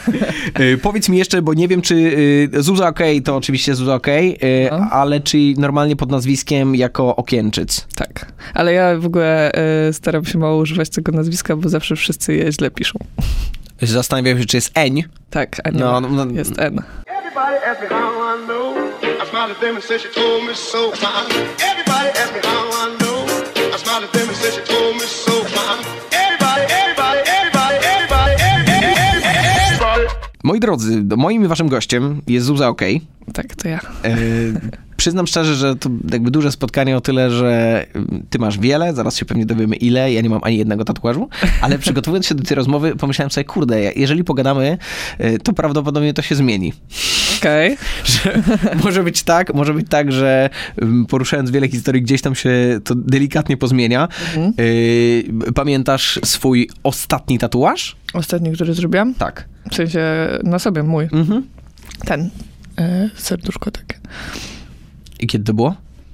Powiedz mi jeszcze, bo nie wiem, czy Zuza okej, to oczywiście Zuza okej, ale czy normalnie pod nazwiskiem jako Okienczyc? Tak, ale ja w ogóle staram się mało używać tego nazwiska, bo zawsze wszyscy je źle piszą. Zastanawiam się, czy jest Eń. Tak, a nie jest N. Everybody ask me how I know. I smiled at them and said she told me so. Everybody ask me how I know. I smiled at them and said she told me so. Moi drodzy, moim i waszym gościem jest Zuza okej. Tak, to ja. Przyznam szczerze, że to jakby duże spotkanie o tyle, że ty masz wiele, zaraz się pewnie dowiemy ile, ja nie mam ani jednego tatuażu, ale przygotowując się do tej rozmowy, pomyślałem sobie, kurde, jeżeli pogadamy, to prawdopodobnie to się zmieni. Okej. Że może być tak, że poruszając wiele historii, gdzieś tam się to delikatnie pozmienia. Pamiętasz swój ostatni tatuaż? Ostatni, który zrobiłam? Tak. W sensie na sobie, mój. Ten. Serduszko takie. I kiedy to było?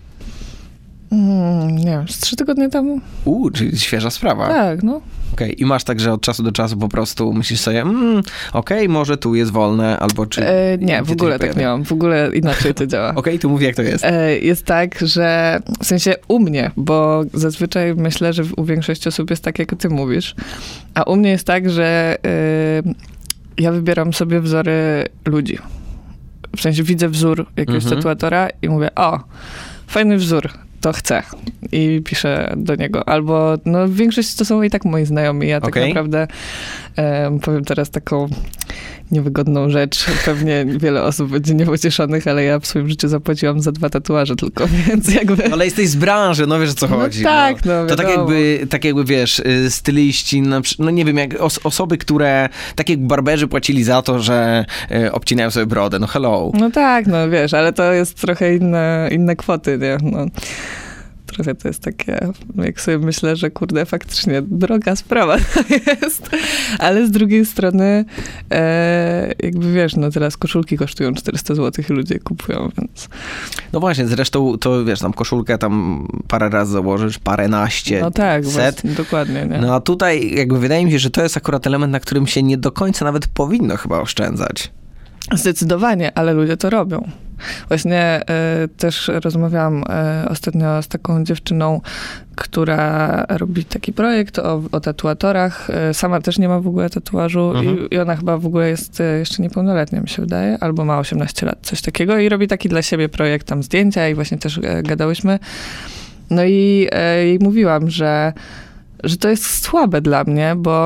Nie wiem, 3 tygodnie temu. Czyli świeża sprawa. Tak, no. Okej. I masz tak, że od czasu do czasu po prostu myślisz sobie, okej, może tu jest wolne, albo czy... nie, w ogóle tak nie mam. W ogóle inaczej to działa. Okej, to mów jak to jest. Jest tak, że w sensie u mnie, bo zazwyczaj myślę, że u większości osób jest tak, jak ty mówisz, a u mnie jest tak, że ja wybieram sobie wzory ludzi. W sensie widzę wzór jakiegoś tatuatora i mówię, fajny wzór, to chcę. I piszę do niego. Albo, w większości to są i tak moi znajomi. Ja tak naprawdę powiem teraz taką niewygodną rzecz. Pewnie wiele osób będzie niepocieszonych, ale ja w swoim życiu zapłaciłam za 2 tatuaże tylko, więc jakby... Ale jesteś z branży, wiesz o co chodzi. Tak, To tak jakby, wiesz, styliści, nie wiem, jak osoby, które, tak jak barberzy płacili za to, że obcinają sobie brodę, hello. No tak, wiesz, ale to jest trochę inne kwoty, nie? Trochę to jest takie, jak sobie myślę, że kurde, faktycznie droga sprawa to jest. Ale z drugiej strony, jakby wiesz, teraz koszulki kosztują 400 zł i ludzie kupują, więc... No właśnie, zresztą to wiesz, tam koszulkę tam parę razy założysz, paręnaście, no tak, set. Właśnie, dokładnie, nie? No a tutaj jakby wydaje mi się, że to jest akurat element, na którym się nie do końca nawet powinno chyba oszczędzać. Zdecydowanie, ale ludzie to robią. Właśnie też rozmawiałam ostatnio z taką dziewczyną, która robi taki projekt o tatuatorach. Sama też nie ma w ogóle tatuażu i ona chyba w ogóle jest jeszcze niepełnoletnia, mi się wydaje, albo ma 18 lat, coś takiego i robi taki dla siebie projekt, tam zdjęcia i właśnie też gadałyśmy. No i jej mówiłam, że to jest słabe dla mnie, bo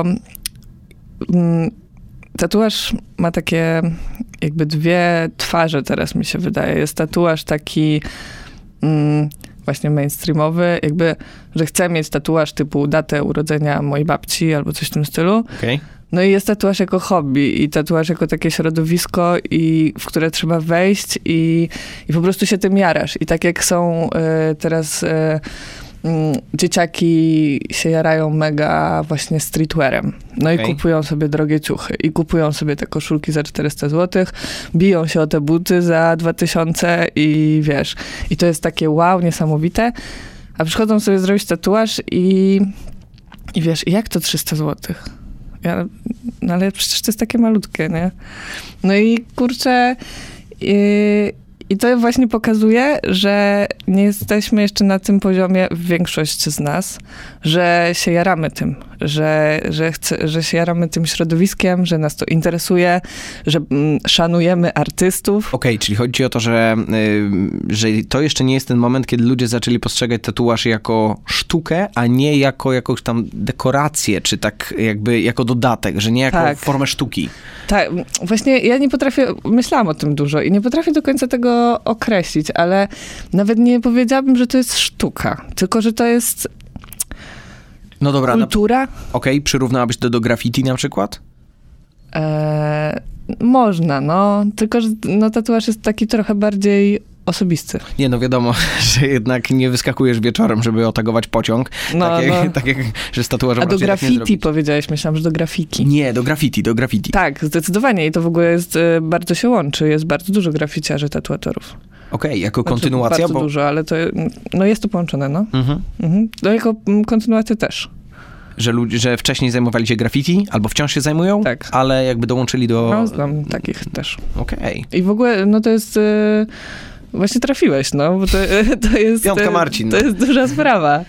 tatuaż ma takie jakby 2 twarze teraz mi się wydaje. Jest tatuaż taki właśnie mainstreamowy, jakby, że chcę mieć tatuaż typu datę urodzenia mojej babci albo coś w tym stylu. Okay. No i jest tatuaż jako hobby i tatuaż jako takie środowisko, w które trzeba wejść i po prostu się tym jarasz. I tak jak są teraz... dzieciaki się jarają mega właśnie streetwearem. No i kupują sobie drogie ciuchy i kupują sobie te koszulki za 400 zł, biją się o te buty za 2000 i wiesz, i to jest takie wow, niesamowite, a przychodzą sobie zrobić tatuaż i wiesz, jak to 300 zł? No ale przecież to jest takie malutkie, nie? No i kurczę... I to właśnie pokazuje, że nie jesteśmy jeszcze na tym poziomie, większość z nas, że się jaramy tym, że się jaramy tym środowiskiem, że nas to interesuje, że szanujemy artystów. Okej, czyli chodzi o to, że to jeszcze nie jest ten moment, kiedy ludzie zaczęli postrzegać tatuaż jako sztukę, a nie jako jakąś tam dekorację, czy tak jakby jako dodatek, że nie jako formę sztuki. Tak, właśnie ja nie potrafię, myślałam o tym dużo i nie potrafię do końca tego określić, ale nawet nie powiedziałabym, że to jest sztuka, tylko że to jest kultura. Okej, przyrównałabyś to do graffiti na przykład? Można, tylko że tatuaż jest taki trochę bardziej osobisty. Nie, wiadomo, że jednak nie wyskakujesz wieczorem, żeby otagować pociąg. Tak jak że z tatuażem. A do graffiti powiedziałeś, myślałam, że do grafiki. Nie, do graffiti. Tak, zdecydowanie i to w ogóle jest, bardzo się łączy. Jest bardzo dużo graficiarzy, tatuatorów. Okej, jako kontynuacja? Bardzo dużo, ale to jest to połączone, no. No jako kontynuacja też. Że wcześniej zajmowali się graffiti, albo wciąż się zajmują, tak, ale jakby dołączyli do... No, znam takich też. Okej. I w ogóle, no to jest... Właśnie trafiłeś, no, bo to jest... Piątka Marcin. To jest duża sprawa.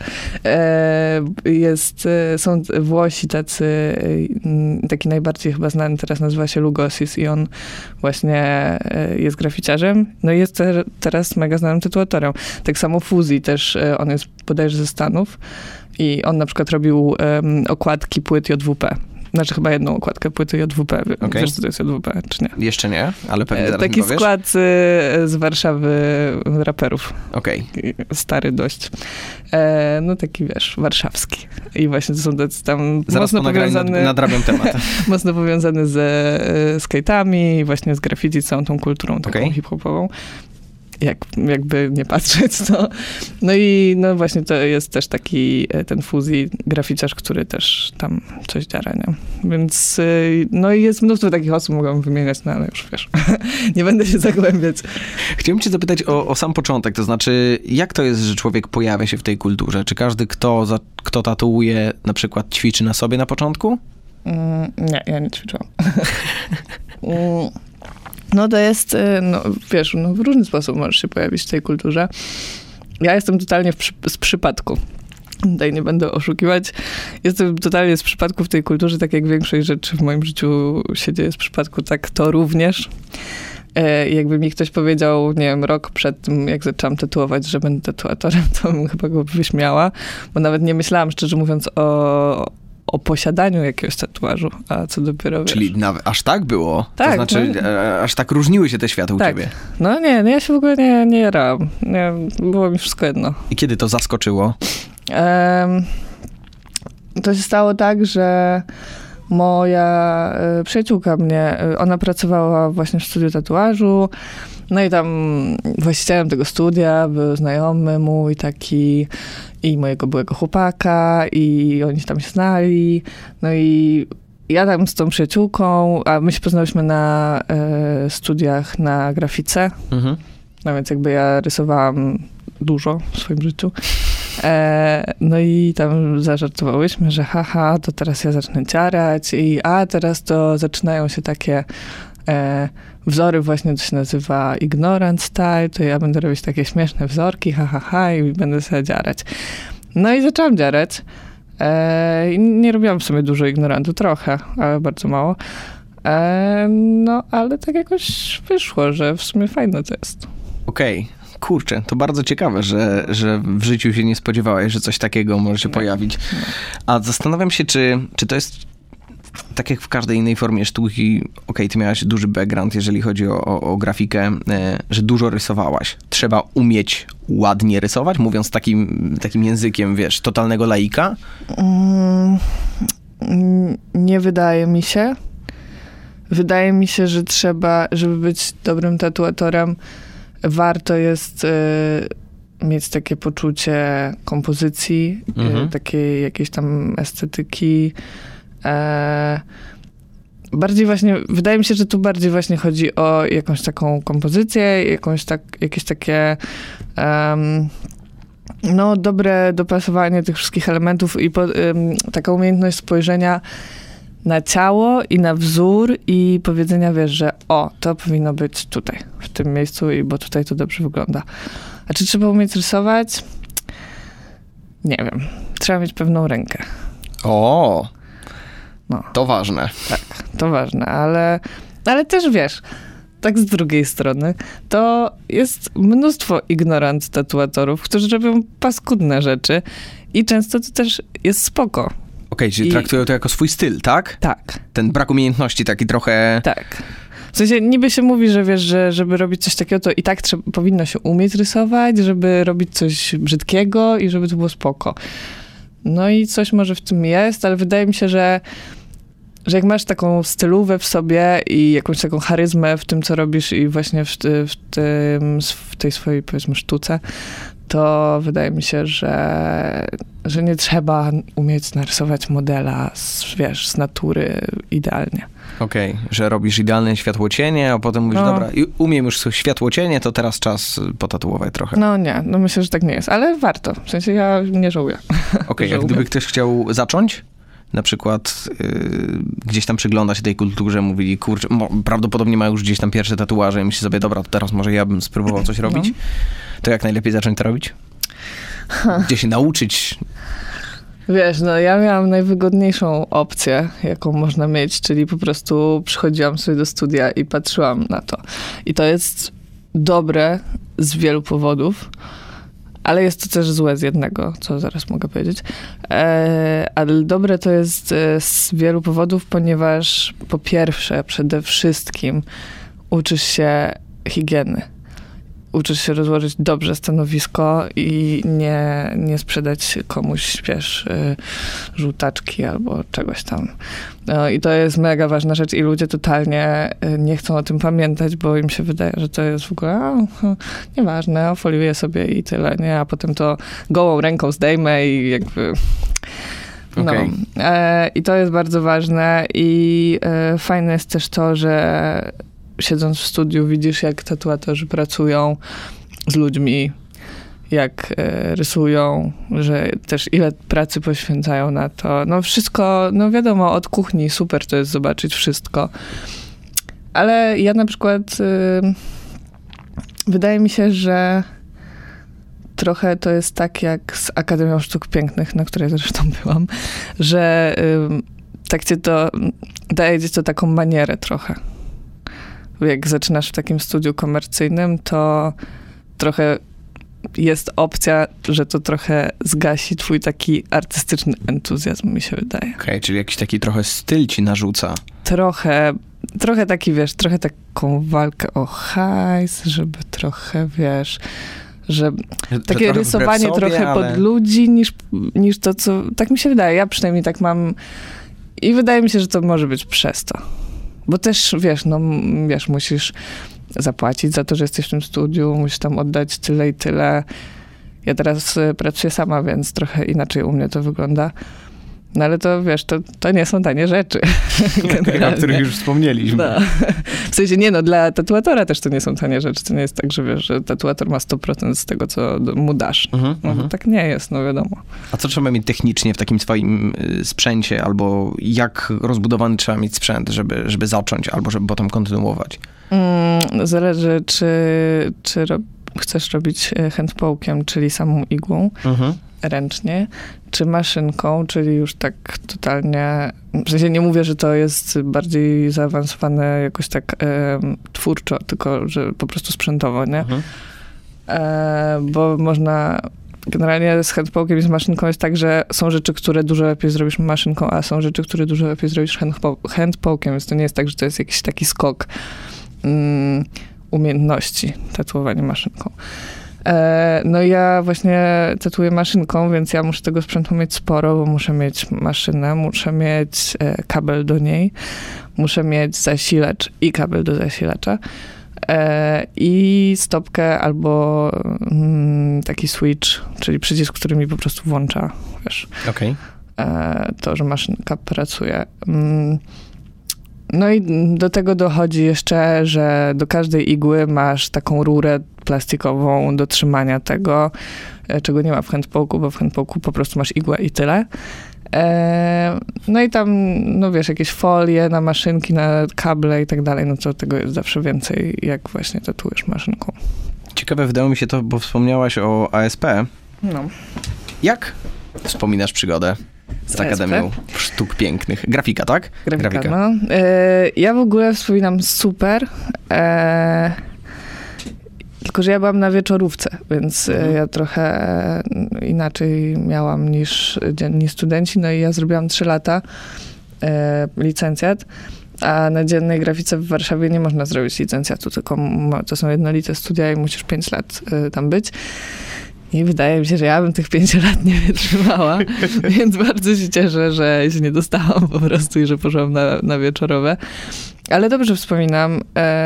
Są Włosi tacy, taki najbardziej chyba znany teraz nazywa się Lugosis i on właśnie jest graficiarzem, no i jest teraz mega znanym tytułatorem. Tak samo Fuzi też, on jest bodajże ze Stanów i on na przykład robił okładki płyt JWP. Znaczy chyba jedną okładkę płyty JWP. Okay. Wiesz, co to jest JWP, czy nie? Jeszcze nie, ale pewnie zaraz taki skład z Warszawy raperów. Okej. Stary dość. No taki, wiesz, warszawski. I właśnie to są tacy tam zaraz mocno powiązany... nadrabiam temat. mocno powiązany ze skate'ami, właśnie z graffiti, całą tą kulturą taką hip-hopową. Jakby nie patrzeć, no. No i no właśnie to jest też taki ten Fuzi graficiarz, który też tam coś dziara, nie? Więc no i jest mnóstwo takich osób, mogę wymieniać, no ale już wiesz, nie będę się zagłębiać. Chciałbym cię zapytać o sam początek, to znaczy jak to jest, że człowiek pojawia się w tej kulturze? Czy każdy, kto tatuuje, na przykład ćwiczy na sobie na początku? Nie, ja nie ćwiczyłam. No to jest, no wiesz, no w różny sposób możesz się pojawić w tej kulturze. Ja jestem totalnie z przypadku. Tutaj nie będę oszukiwać. Jestem totalnie z przypadku w tej kulturze, tak jak większość rzeczy w moim życiu się dzieje z przypadku, tak to również. Jakby mi ktoś powiedział, nie wiem, rok przed tym, jak zaczęłam tatuować, że będę tatuatorem, to bym chyba go wyśmiała, bo nawet nie myślałam, szczerze mówiąc, o posiadaniu jakiegoś tatuażu, a co dopiero, wiesz. Czyli nawet aż tak było? Tak. To znaczy, aż tak różniły się te światy u ciebie? No nie, ja się w ogóle nie jarałam. Było mi wszystko jedno. I kiedy to zaskoczyło? To się stało tak, że moja przyjaciółka ona pracowała właśnie w studiu tatuażu, no i tam właścicielem tego studia był znajomy mój taki i mojego byłego chłopaka i oni tam się znali, no i ja tam z tą przyjaciółką, a my się poznałyśmy na studiach na grafice, no więc jakby ja rysowałam dużo w swoim życiu. No i tam zażartowałyśmy, że haha, to teraz ja zacznę ciarać a teraz to zaczynają się takie wzory, właśnie to się nazywa ignorant style, to ja będę robić takie śmieszne wzorki, i będę sobie dziarać. No i zaczęłam dziarać. Nie robiłam w sumie dużo ignorantu, trochę, ale bardzo mało. No, ale tak jakoś wyszło, że w sumie fajne to jest. Okej. Kurczę, to bardzo ciekawe, że w życiu się nie spodziewałeś, że coś takiego może się pojawić. A zastanawiam się, czy to jest tak jak w każdej innej formie sztuki, ty miałaś duży background, jeżeli chodzi o grafikę, że dużo rysowałaś. Trzeba umieć ładnie rysować, mówiąc takim językiem, wiesz, totalnego laika? Nie wydaje mi się. Wydaje mi się, że trzeba, żeby być dobrym tatuatorem, warto jest mieć takie poczucie kompozycji, takiej jakiejś tam estetyki. Bardziej właśnie, wydaje mi się, że tu bardziej właśnie chodzi o jakąś taką kompozycję, jakieś takie no dobre dopasowanie tych wszystkich elementów i taka umiejętność spojrzenia na ciało i na wzór i powiedzenia, wiesz, że to powinno być tutaj, w tym miejscu, bo tutaj to dobrze wygląda. A czy trzeba umieć rysować? Nie wiem. Trzeba mieć pewną rękę. No. To ważne. Tak, to ważne, ale też wiesz, tak z drugiej strony, to jest mnóstwo ignorant tatuatorów, którzy robią paskudne rzeczy i często to też jest spoko. Czyli traktują to jako swój styl, tak? Tak. Ten brak umiejętności taki trochę... Tak. W sensie niby się mówi, że wiesz, że żeby robić coś takiego, to i tak powinno się umieć rysować, żeby robić coś brzydkiego i żeby to było spoko. No i coś może w tym jest, ale wydaje mi się, że jak masz taką stylówę w sobie i jakąś taką charyzmę w tym, co robisz i właśnie w tej swojej, powiedzmy, sztuce, to wydaje mi się, że nie trzeba umieć narysować modela z natury idealnie. Że robisz idealne światłocienie, a potem mówisz, dobra, umiem już światłocienie, to teraz czas potatuować trochę. No nie, myślę, że tak nie jest, ale warto. W sensie ja nie żałuję. Jak gdyby ktoś chciał zacząć, na przykład gdzieś tam przygląda się tej kulturze, mówili, kurczę, prawdopodobnie ma już gdzieś tam pierwsze tatuaże i myśli sobie, dobra, to teraz może ja bym spróbował coś robić. To jak najlepiej zacząć to robić? Gdzie się nauczyć? Wiesz, no ja miałam najwygodniejszą opcję, jaką można mieć, czyli po prostu przychodziłam sobie do studia i patrzyłam na to. I to jest dobre z wielu powodów, ale jest to też złe z jednego, co zaraz mogę powiedzieć. Ale dobre to jest z wielu powodów, ponieważ po pierwsze, przede wszystkim uczysz się higieny. Uczysz się rozłożyć dobrze stanowisko i nie sprzedać komuś, wiesz, żółtaczki albo czegoś tam. No, i to jest mega ważna rzecz i ludzie totalnie nie chcą o tym pamiętać, bo im się wydaje, że to jest w ogóle nieważne, ofoliuję sobie i tyle, nie? A potem to gołą ręką zdejmę i jakby... No. Okay. I to jest bardzo ważne i fajne jest też to, że siedząc w studiu widzisz, jak tatuatorzy pracują z ludźmi, jak rysują, że też ile pracy poświęcają na to. No wszystko, no wiadomo, od kuchni super to jest zobaczyć wszystko. Ale ja na przykład wydaje mi się, że trochę to jest tak jak z Akademią Sztuk Pięknych, na której zresztą byłam, że tak cię to daje ci to taką manierę trochę. Jak zaczynasz w takim studiu komercyjnym, to trochę jest opcja, że to trochę zgasi twój taki artystyczny entuzjazm, mi się wydaje. Okej, czyli jakiś taki trochę styl ci narzuca. Trochę taki, wiesz, trochę taką walkę o hajs, żeby trochę, wiesz, że takie rysowanie sobie, trochę ale... pod ludzi niż to, co... Tak mi się wydaje, ja przynajmniej tak mam i wydaje mi się, że to może być przez to. Bo też, wiesz, musisz zapłacić za to, że jesteś w tym studiu, musisz tam oddać tyle i tyle. Ja teraz pracuję sama, więc trochę inaczej u mnie to wygląda. No ale to, wiesz, to nie są tanie rzeczy. O których już wspomnieliśmy. No. W sensie, dla tatuatora też to nie są tanie rzeczy. To nie jest tak, że wiesz, że tatuator ma 100% z tego, co mu dasz. Bo tak nie jest, no wiadomo. A co trzeba mieć technicznie w takim swoim sprzęcie, albo jak rozbudowany trzeba mieć sprzęt, żeby zacząć, albo żeby potem kontynuować? Zależy, czy chcesz robić handpoke'iem, czyli samą igłą, ręcznie, czy maszynką, czyli już tak totalnie... W sensie nie mówię, że to jest bardziej zaawansowane jakoś tak twórczo, tylko że po prostu sprzętowo, nie? Bo można... Generalnie z handpoke'iem i z maszynką jest tak, że są rzeczy, które dużo lepiej zrobisz maszynką, a są rzeczy, które dużo lepiej zrobisz handpoke'iem, więc to nie jest tak, że to jest jakiś taki skok umiejętności tatuowania maszynką. No ja właśnie tatuuję maszynką, więc ja muszę tego sprzętu mieć sporo, bo muszę mieć maszynę, muszę mieć kabel do niej, muszę mieć zasilacz i kabel do zasilacza i stopkę albo taki switch, czyli przycisk, który mi po prostu włącza, wiesz, to, że maszynka pracuje. No i do tego dochodzi jeszcze, że do każdej igły masz taką rurę plastikową do trzymania tego, czego nie ma w handpoke'u, bo w handpoke'u po prostu masz igłę i tyle. No i tam, no wiesz, jakieś folie na maszynki, na kable i tak dalej, no to tego jest zawsze więcej, jak właśnie tatuujesz maszynką. Ciekawe wydało mi się to, bo wspomniałaś o ASP. No. Jak wspominasz przygodę z Akademią Sztuk Pięknych? Grafika, tak? Grafika. No. Ja w ogóle wspominam super, tylko że ja byłam na wieczorówce, więc ja trochę inaczej miałam niż dzienni studenci, no i ja zrobiłam 3 lata licencjat, a na dziennej grafice w Warszawie nie można zrobić licencjatu, tylko to są jednolite studia i musisz 5 lat tam być. I wydaje mi się, że ja bym tych 5 lat nie wytrzymała, więc bardzo się cieszę, że się nie dostałam po prostu i że poszłam na wieczorowe. Ale dobrze wspominam.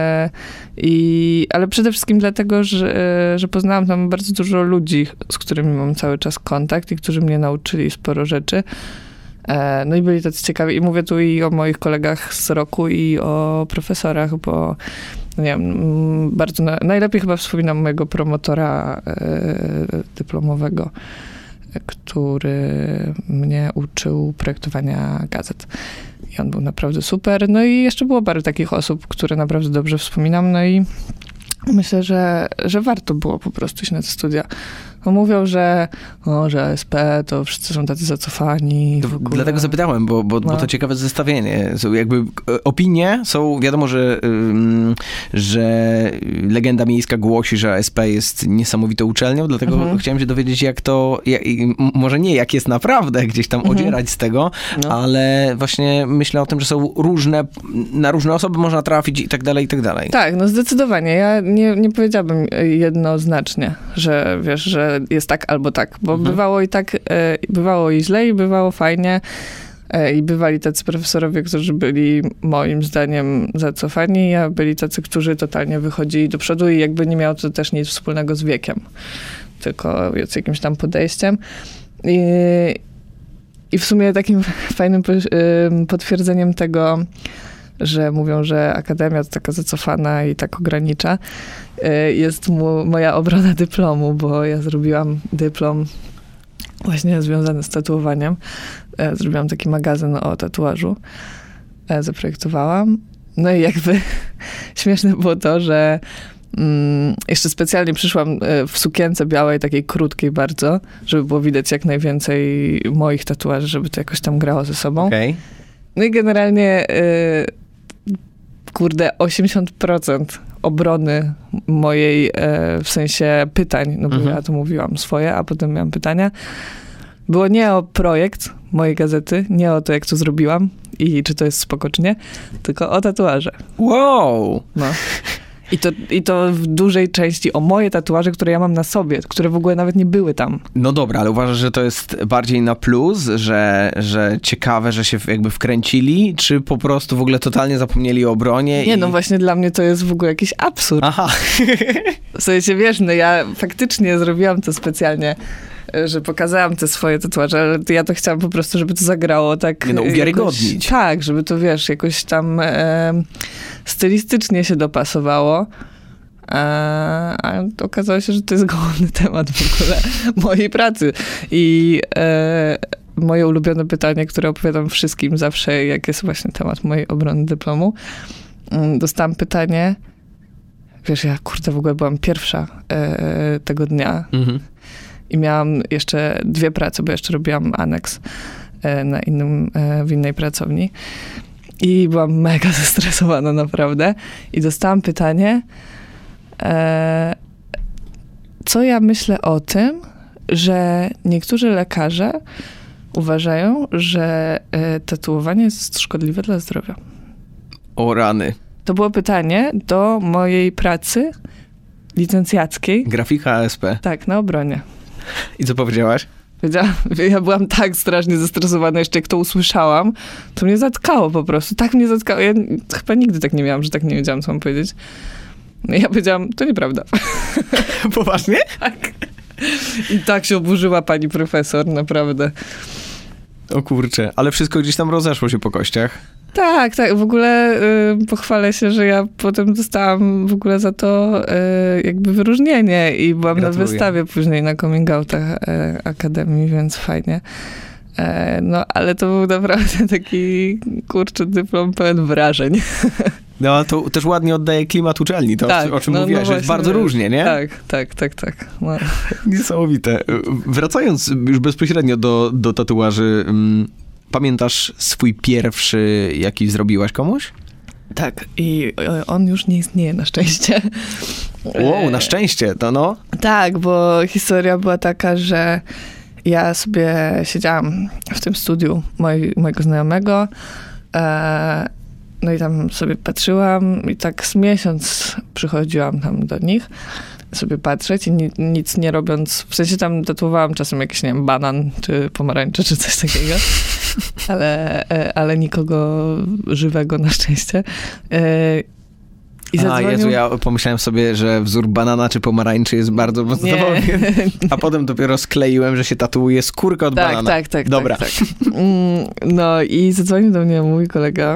Ale przede wszystkim dlatego, że poznałam tam bardzo dużo ludzi, z którymi mam cały czas kontakt i którzy mnie nauczyli sporo rzeczy. No i byli tacy ciekawi. I mówię tu i o moich kolegach z roku i o profesorach, bo nie wiem, bardzo najlepiej chyba wspominam mojego promotora dyplomowego, który mnie uczył projektowania gazet. I on był naprawdę super. No i jeszcze było parę takich osób, które naprawdę dobrze wspominam. No i myślę, że warto było po prostu iść na te studia. No mówią, że ASP to wszyscy są tacy zacofani. To dlatego zapytałem, bo to ciekawe zestawienie. Są jakby opinie są, wiadomo, że legenda miejska głosi, że ASP jest niesamowitą uczelnią, dlatego chciałem się dowiedzieć, może nie jak jest naprawdę, gdzieś tam odzierać z tego, ale właśnie myślę o tym, że są na różne osoby można trafić i tak dalej, i tak dalej. Tak, no zdecydowanie. Ja nie powiedziałabym jednoznacznie, że wiesz, że jest tak albo tak, bo bywało i tak, bywało i źle, i bywało fajnie. I bywali tacy profesorowie, którzy byli moim zdaniem zacofani, a byli tacy, którzy totalnie wychodzili do przodu i jakby nie miało to też nic wspólnego z wiekiem, tylko z jakimś tam podejściem. I w sumie takim fajnym potwierdzeniem tego, że mówią, że akademia to taka zacofana i tak ogranicza, jest moja obrona dyplomu, bo ja zrobiłam dyplom właśnie związany z tatuowaniem. Zrobiłam taki magazyn o tatuażu. Zaprojektowałam. No i jakby śmieszne było to, że jeszcze specjalnie przyszłam w sukience białej, takiej krótkiej bardzo, żeby było widać jak najwięcej moich tatuaży, żeby to jakoś tam grało ze sobą. Okay. No i generalnie 80% obrony mojej, w sensie pytań, no bo ja to mówiłam swoje, a potem miałam pytania, było nie o projekt mojej gazety, nie o to, jak to zrobiłam i czy to jest spoko, czy nie, tylko o tatuaże. Wow! No. I to w dużej części o moje tatuaże, które ja mam na sobie, które w ogóle nawet nie były tam. No dobra, ale uważasz, że to jest bardziej na plus, że ciekawe, że się jakby wkręcili, czy po prostu w ogóle totalnie zapomnieli o obronie? Nie, no właśnie dla mnie to jest w ogóle jakiś absurd. Aha. W sensie, wiesz, no ja faktycznie zrobiłam to specjalnie, że pokazałam te swoje tatuaże, ale ja to chciałam po prostu, żeby to zagrało tak... No uwiarygodnić. Jakoś, tak, żeby to, wiesz, jakoś tam stylistycznie się dopasowało. A okazało się, że to jest główny temat w ogóle mojej pracy. I moje ulubione pytanie, które opowiadam wszystkim zawsze, jak jest właśnie temat mojej obrony dyplomu, dostałam pytanie, wiesz, ja w ogóle byłam pierwsza tego dnia. I miałam jeszcze 2 prace, bo jeszcze robiłam aneks w innej pracowni. I byłam mega zestresowana naprawdę. I dostałam pytanie, co ja myślę o tym, że niektórzy lekarze uważają, że tatuowanie jest szkodliwe dla zdrowia. O rany. To było pytanie do mojej pracy licencjackiej. Grafika ASP. Tak, na obronie. I co powiedziałaś? Ja byłam tak strasznie zestresowana, jeszcze jak to usłyszałam, to mnie zatkało po prostu. Tak mnie zatkało. Ja chyba nigdy tak nie miałam, że tak nie wiedziałam, co mam powiedzieć. No ja powiedziałam, to nieprawda. Poważnie? Tak. I tak się oburzyła pani profesor, naprawdę. O kurczę, ale wszystko gdzieś tam rozeszło się po kościach. Tak. W ogóle pochwalę się, że ja potem dostałam w ogóle za to jakby wyróżnienie i byłam Gratuluję. na wystawie później na coming outach Akademii, więc fajnie. No, ale to był naprawdę taki, dyplom pełen wrażeń. No, ale to też ładnie oddaje klimat uczelni, to tak, o czym mówiłaś, że jest bardzo różnie, nie? Tak. No. Niesamowite. Wracając już bezpośrednio do tatuaży, pamiętasz swój pierwszy, jaki zrobiłaś komuś? Tak, i on już nie istnieje na szczęście. Wow, na szczęście, to no. Tak, bo historia była taka, że ja sobie siedziałam w tym studiu mojego znajomego, no i tam sobie patrzyłam i tak z miesiąc przychodziłam tam do nich sobie patrzeć i nic nie robiąc, w sensie tam tatuowałam czasem jakiś, nie wiem, banan, czy pomarańcze, czy coś takiego, ale nikogo żywego na szczęście. Jezu, ja pomyślałem sobie, że wzór banana czy pomarańczy jest bardzo podstawowy, a potem dopiero skleiłem, że się tatuuje skórkę od banana. Tak. Dobra. Tak. No i zadzwonił do mnie mój kolega,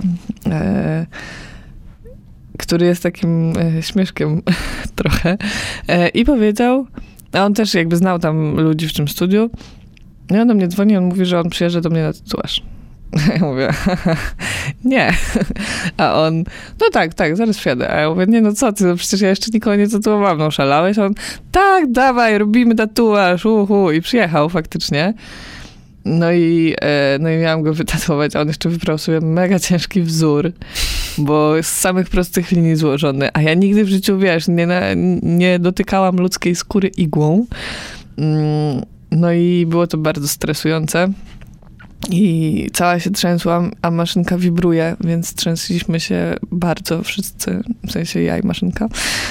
który jest takim śmieszkiem trochę i powiedział, a on też jakby znał tam ludzi w tym studiu I on do mnie dzwoni, on mówi, że on przyjeżdża do mnie na tatuaż. Ja mówię, nie. A on, no tak, zaraz wsiadę. A ja mówię, nie, no co ty, no przecież ja jeszcze nikogo nie tatuowałam, no szalałeś? A on, tak, dawaj, robimy tatuaż, i przyjechał faktycznie. No i miałam go wytatuować, a on jeszcze wybrał sobie mega ciężki wzór, bo z samych prostych linii złożony. A ja nigdy w życiu, wiesz, nie dotykałam ludzkiej skóry igłą. No i było to bardzo stresujące. I cała się trzęsłam, a maszynka wibruje, więc trzęsliśmy się bardzo wszyscy, w sensie ja i maszynka.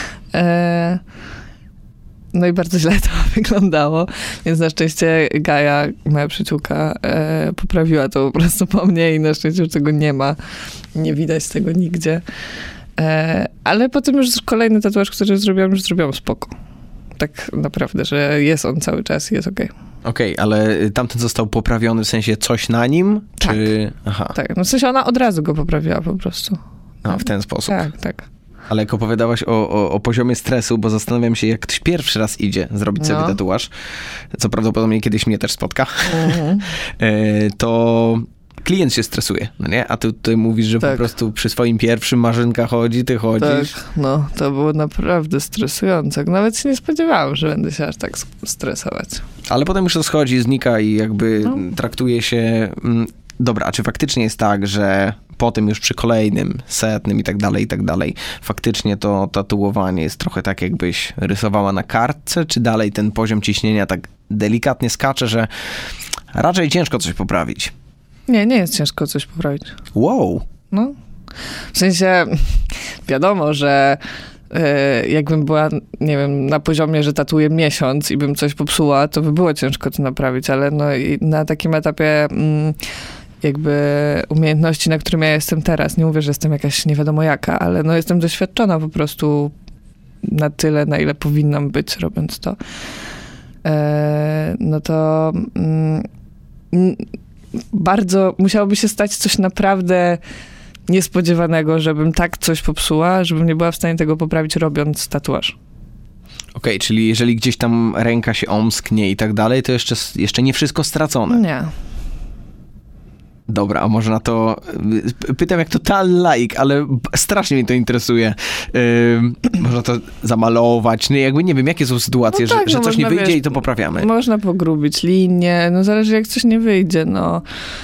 No i bardzo źle to wyglądało, więc na szczęście Gaja, moja przyjaciółka, poprawiła to po prostu po mnie i na szczęście już tego nie ma. Nie widać tego nigdzie. Ale potem już kolejny tatuaż, który zrobiłam spoko. Tak naprawdę, że jest on cały czas i jest okej. Okej, ale tamten został poprawiony, w sensie coś na nim? Tak. Czy... Aha. Tak, no w sensie ona od razu go poprawiła po prostu. A, w ten sposób. Tak. Ale jak opowiadałaś o poziomie stresu, bo zastanawiam się, jak ktoś pierwszy raz idzie zrobić sobie tatuaż, co prawdopodobnie kiedyś mnie też spotka, to klient się stresuje, no nie? A ty tutaj mówisz, że po prostu przy swoim pierwszym Marzynka chodzi, ty chodzisz. Tak, no to było naprawdę stresujące. Nawet się nie spodziewałam, że będę się aż tak stresować. Ale potem już to schodzi, znika i jakby traktuje się... Dobra, a czy faktycznie jest tak, że potem już przy kolejnym, 100 i tak dalej, faktycznie to tatuowanie jest trochę tak, jakbyś rysowała na kartce, czy dalej ten poziom ciśnienia tak delikatnie skacze, że raczej ciężko coś poprawić? Nie jest ciężko coś poprawić. Wow. No. W sensie wiadomo, że jakbym była, nie wiem, na poziomie, że tatuję miesiąc i bym coś popsuła, to by było ciężko to naprawić, ale no i na takim etapie jakby umiejętności, na którym ja jestem teraz, nie mówię, że jestem jakaś nie wiadomo jaka, ale no jestem doświadczona po prostu na tyle, na ile powinnam być, robiąc to. No to bardzo musiałoby się stać coś naprawdę niespodziewanego, żebym tak coś popsuła, żebym nie była w stanie tego poprawić, robiąc tatuaż. Okej, czyli jeżeli gdzieś tam ręka się omsknie i tak dalej, to jeszcze nie wszystko stracone. Nie. Dobra, a może na to... Pytam jak totalny laik, ale strasznie mnie to interesuje. Można to zamalować, no jakby nie wiem, jakie są sytuacje, no tak, że coś nie wyjdzie, wiesz, i to poprawiamy. Można pogrubić linię, no zależy jak coś nie wyjdzie, no.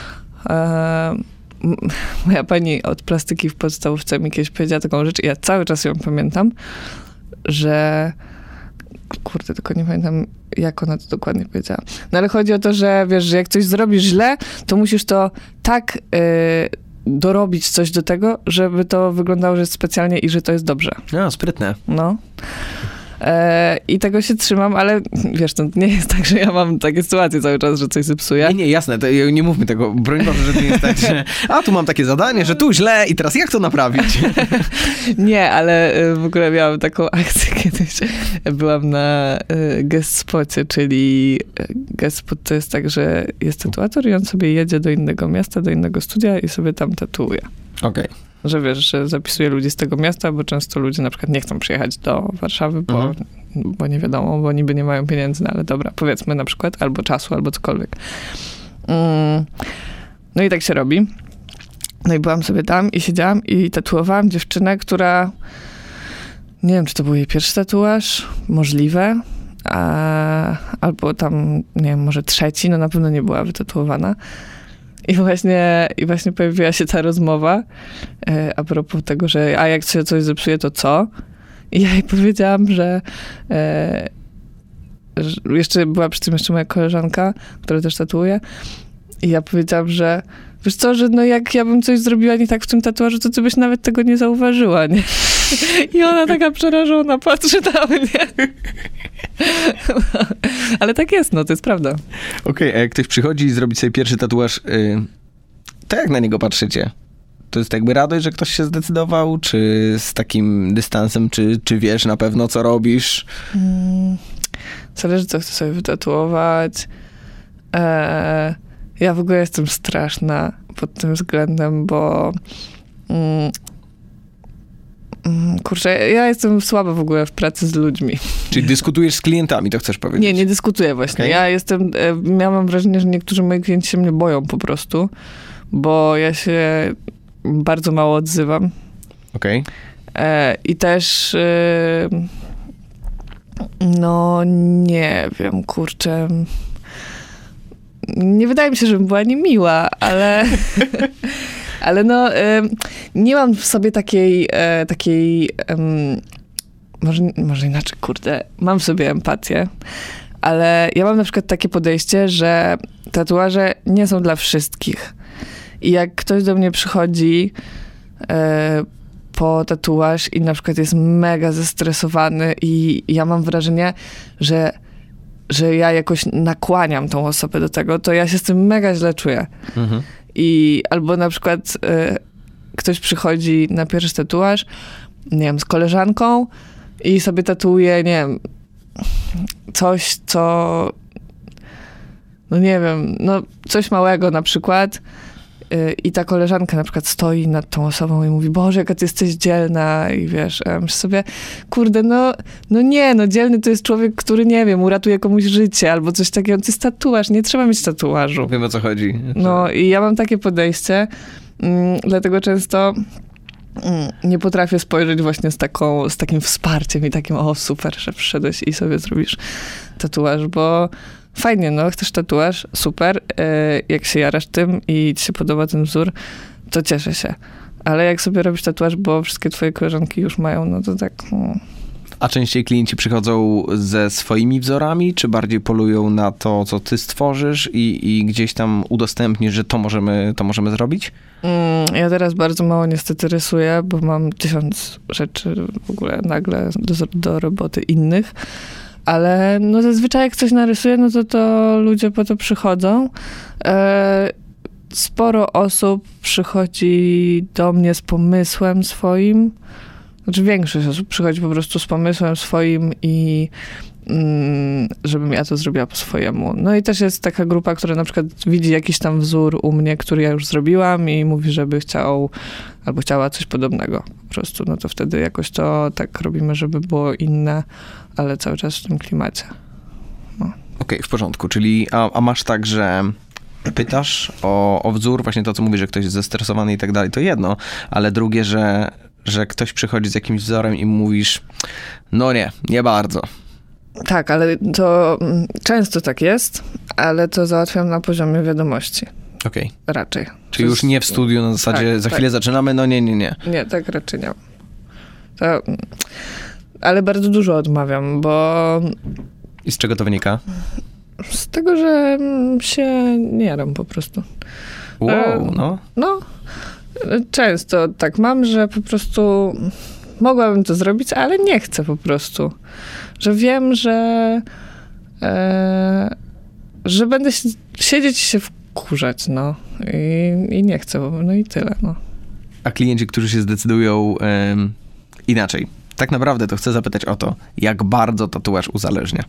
Moja pani od plastyki w podstawówce mi kiedyś powiedziała taką rzecz i ja cały czas ją pamiętam, że... Kurde, tylko nie pamiętam, jak ona to dokładnie powiedziała. No ale chodzi o to, że wiesz, że jak coś zrobisz źle, to musisz to tak dorobić coś do tego, żeby to wyglądało, że jest specjalnie i że to jest dobrze. No, sprytne. No. I tego się trzymam, ale wiesz, to nie jest tak, że ja mam takie sytuacje cały czas, że coś zepsuję. Nie, jasne, to nie mówmy tego. Broń Boże, że to nie jest tak, że tu mam takie zadanie, że tu źle i teraz jak to naprawić? Nie, ale w ogóle miałam taką akcję kiedyś. Byłam na guest spocie, czyli guest spot to jest tak, że jest tatuator i on sobie jedzie do innego miasta, do innego studia i sobie tam tatuuje. Okej. Że wiesz, że zapisuje ludzi z tego miasta, bo często ludzie na przykład nie chcą przyjechać do Warszawy, bo nie wiadomo, bo niby nie mają pieniędzy, no ale dobra, powiedzmy na przykład, albo czasu, albo cokolwiek. No i tak się robi. No i byłam sobie tam i siedziałam i tatuowałam dziewczynę, która, nie wiem, czy to był jej pierwszy tatuaż, możliwe, albo tam, nie wiem, może trzeci, no na pewno nie była wytatuowana. I właśnie pojawiła się ta rozmowa a propos tego, że jak się coś zepsuje, to co? I ja jej powiedziałam, że jeszcze była przy tym jeszcze moja koleżanka, która też tatuuje. I ja powiedziałam, że wiesz co, że no jak ja bym coś zrobiła nie tak w tym tatuażu, to ty byś nawet tego nie zauważyła, nie? I ona taka przerażona patrzy na mnie. Ale tak jest, no to jest prawda. Okej, a jak ktoś przychodzi i zrobi sobie pierwszy tatuaż, to jak na niego patrzycie? To jest jakby radość, że ktoś się zdecydował, czy z takim dystansem, czy wiesz na pewno, co robisz? Zależy, co chcę sobie wytatuować. Ja w ogóle jestem straszna pod tym względem, bo Kurczę, ja jestem słaba w ogóle w pracy z ludźmi. Czyli dyskutujesz z klientami, to chcesz powiedzieć? Nie dyskutuję właśnie. Okay. Ja mam wrażenie, że niektórzy moi klienci się mnie boją po prostu, bo ja się bardzo mało odzywam. Okej. I też no nie wiem, kurczę. Nie wydaje mi się, żebym była niemiła, ale ale no nie mam w sobie takiej może inaczej, kurde, mam w sobie empatię, ale ja mam na przykład takie podejście, że tatuaże nie są dla wszystkich. I jak ktoś do mnie przychodzi po tatuaż i na przykład jest mega zestresowany i ja mam wrażenie, że ja jakoś nakłaniam tą osobę do tego, to ja się z tym mega źle czuję. Mhm. I albo na przykład ktoś przychodzi na pierwszy tatuaż, nie wiem, z koleżanką i sobie tatuuje, nie wiem, coś, co no nie wiem, no coś małego na przykład i ta koleżanka na przykład stoi nad tą osobą i mówi, Boże, jaka ty jesteś dzielna i wiesz, a myślę sobie, kurde, no dzielny to jest człowiek, który, nie wiem, uratuje komuś życie albo coś takiego, to jest tatuaż, nie trzeba mieć tatuażu. Wiem, o co chodzi. No i ja mam takie podejście, dlatego często nie potrafię spojrzeć właśnie z takim wsparciem i takim, o super, że przyszedłeś i sobie zrobisz tatuaż, bo fajnie, no, chcesz tatuaż, super, jak się jarasz tym i ci się podoba ten wzór, to cieszę się. Ale jak sobie robisz tatuaż, bo wszystkie twoje koleżanki już mają, no to tak... A częściej klienci przychodzą ze swoimi wzorami, czy bardziej polują na to, co ty stworzysz i gdzieś tam udostępnisz, że to możemy zrobić? Ja teraz bardzo mało niestety rysuję, bo mam 1000 rzeczy w ogóle nagle do roboty innych. Ale no zazwyczaj jak coś narysuję, no to ludzie po to przychodzą. Sporo osób przychodzi do mnie z pomysłem swoim. Znaczy większość osób przychodzi po prostu z pomysłem swoim i żebym ja to zrobiła po swojemu. No i też jest taka grupa, która na przykład widzi jakiś tam wzór u mnie, który ja już zrobiłam i mówi, żeby chciał albo chciała coś podobnego. Po prostu, no to wtedy jakoś to tak robimy, żeby było inne, ale cały czas w tym klimacie. No. Okej, w porządku. Czyli, a masz tak, że pytasz o wzór, właśnie to, co mówisz, że ktoś jest zestresowany i tak dalej, to jedno, ale drugie, że ktoś przychodzi z jakimś wzorem i mówisz, no nie bardzo. Tak, ale to często tak jest, ale to załatwiam na poziomie wiadomości. Okej. Raczej. Czyli już nie w studiu na zasadzie, za chwilę zaczynamy, no nie. Nie, tak raczej nie. Ale bardzo dużo odmawiam, bo... I z czego to wynika? Z tego, że się nie jaram po prostu. Wow, no. No, często tak mam, że po prostu mogłabym to zrobić, ale nie chcę po prostu. Że wiem, że będę siedzieć i się wkurzać, no. I nie chcę, no i tyle, no. A klienci, którzy się zdecydują inaczej. Tak naprawdę to chcę zapytać o to, jak bardzo tatuaż uzależnia?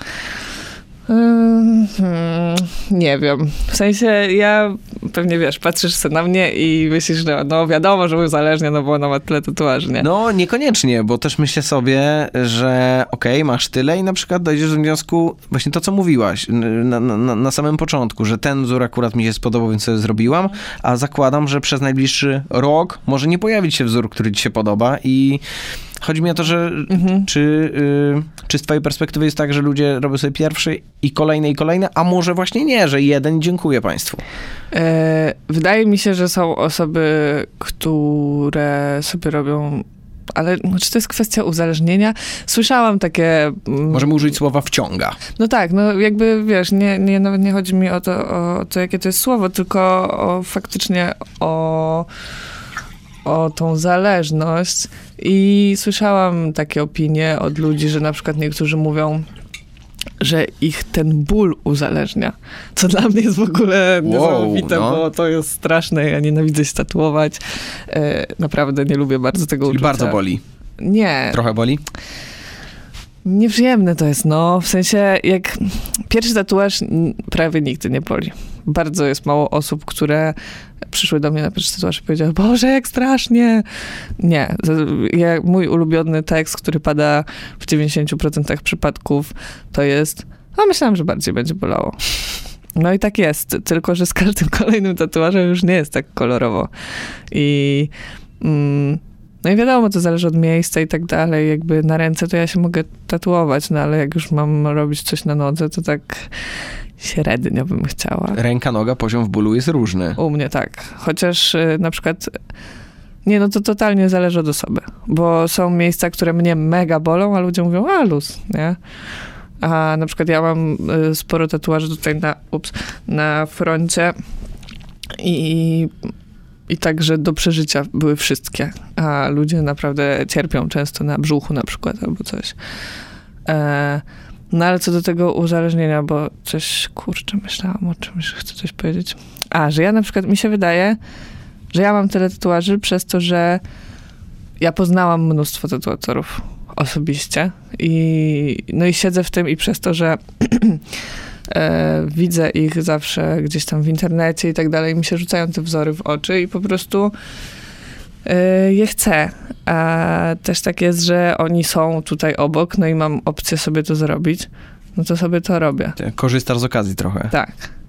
Nie wiem. W sensie ja pewnie, wiesz, patrzysz sobie na mnie i myślisz, że no wiadomo, że uzależnia, no bo ona ma tyle tatuaży, nie? No niekoniecznie, bo też myślę sobie, że okej, masz tyle i na przykład dojdziesz do wniosku, właśnie to, co mówiłaś na samym początku, że ten wzór akurat mi się spodobał, więc sobie zrobiłam, a zakładam, że przez najbliższy rok może nie pojawić się wzór, który ci się podoba i chodzi mi o to, że czy z twojej perspektywy jest tak, że ludzie robią sobie pierwszy i kolejne, a może właśnie nie, że jeden dziękuję państwu? Wydaje mi się, że są osoby, które sobie robią, ale czy to jest kwestia uzależnienia? Słyszałam takie... Możemy użyć słowa wciąga. No tak, no jakby wiesz, nawet nie chodzi mi o to, jakie to jest słowo, tylko faktycznie o tą zależność i słyszałam takie opinie od ludzi, że na przykład niektórzy mówią, że ich ten ból uzależnia, co dla mnie jest w ogóle niesamowite, bo to jest straszne, ja nienawidzę się tatuować, naprawdę nie lubię bardzo tego uczucia. Czyli bardzo boli? Nie. Trochę boli? Nieprzyjemne to jest, no. W sensie, jak pierwszy tatuaż prawie nigdy nie boli. Bardzo jest mało osób, które przyszły do mnie na pierwszy tatuaż i powiedziały, Boże, jak strasznie. Nie. Mój ulubiony tekst, który pada w 90% przypadków, to jest, myślałam, że bardziej będzie bolało. No i tak jest, tylko że z każdym kolejnym tatuażem już nie jest tak kolorowo. No i wiadomo, to zależy od miejsca i tak dalej. Jakby na ręce to ja się mogę tatuować, no ale jak już mam robić coś na nodze, to tak średnio bym chciała. Ręka, noga, poziom w bólu jest różny. U mnie tak. Chociaż na przykład... Nie, no to totalnie zależy od osoby. Bo są miejsca, które mnie mega bolą, a ludzie mówią, luz, nie? A na przykład ja mam sporo tatuaży tutaj na froncie i także do przeżycia były wszystkie. A ludzie naprawdę cierpią często na brzuchu na przykład albo coś. No ale co do tego uzależnienia, bo coś, kurczę, myślałam o czymś, że chcę coś powiedzieć. Że ja na przykład, mi się wydaje, że ja mam tyle tatuaży przez to, że ja poznałam mnóstwo tatuatorów osobiście i siedzę w tym i przez to, że widzę ich zawsze gdzieś tam w internecie i tak dalej, mi się rzucają te wzory w oczy i po prostu je chcę. A też tak jest, że oni są tutaj obok, no i mam opcję sobie to zrobić, no to sobie to robię. Korzystasz z okazji trochę. Tak.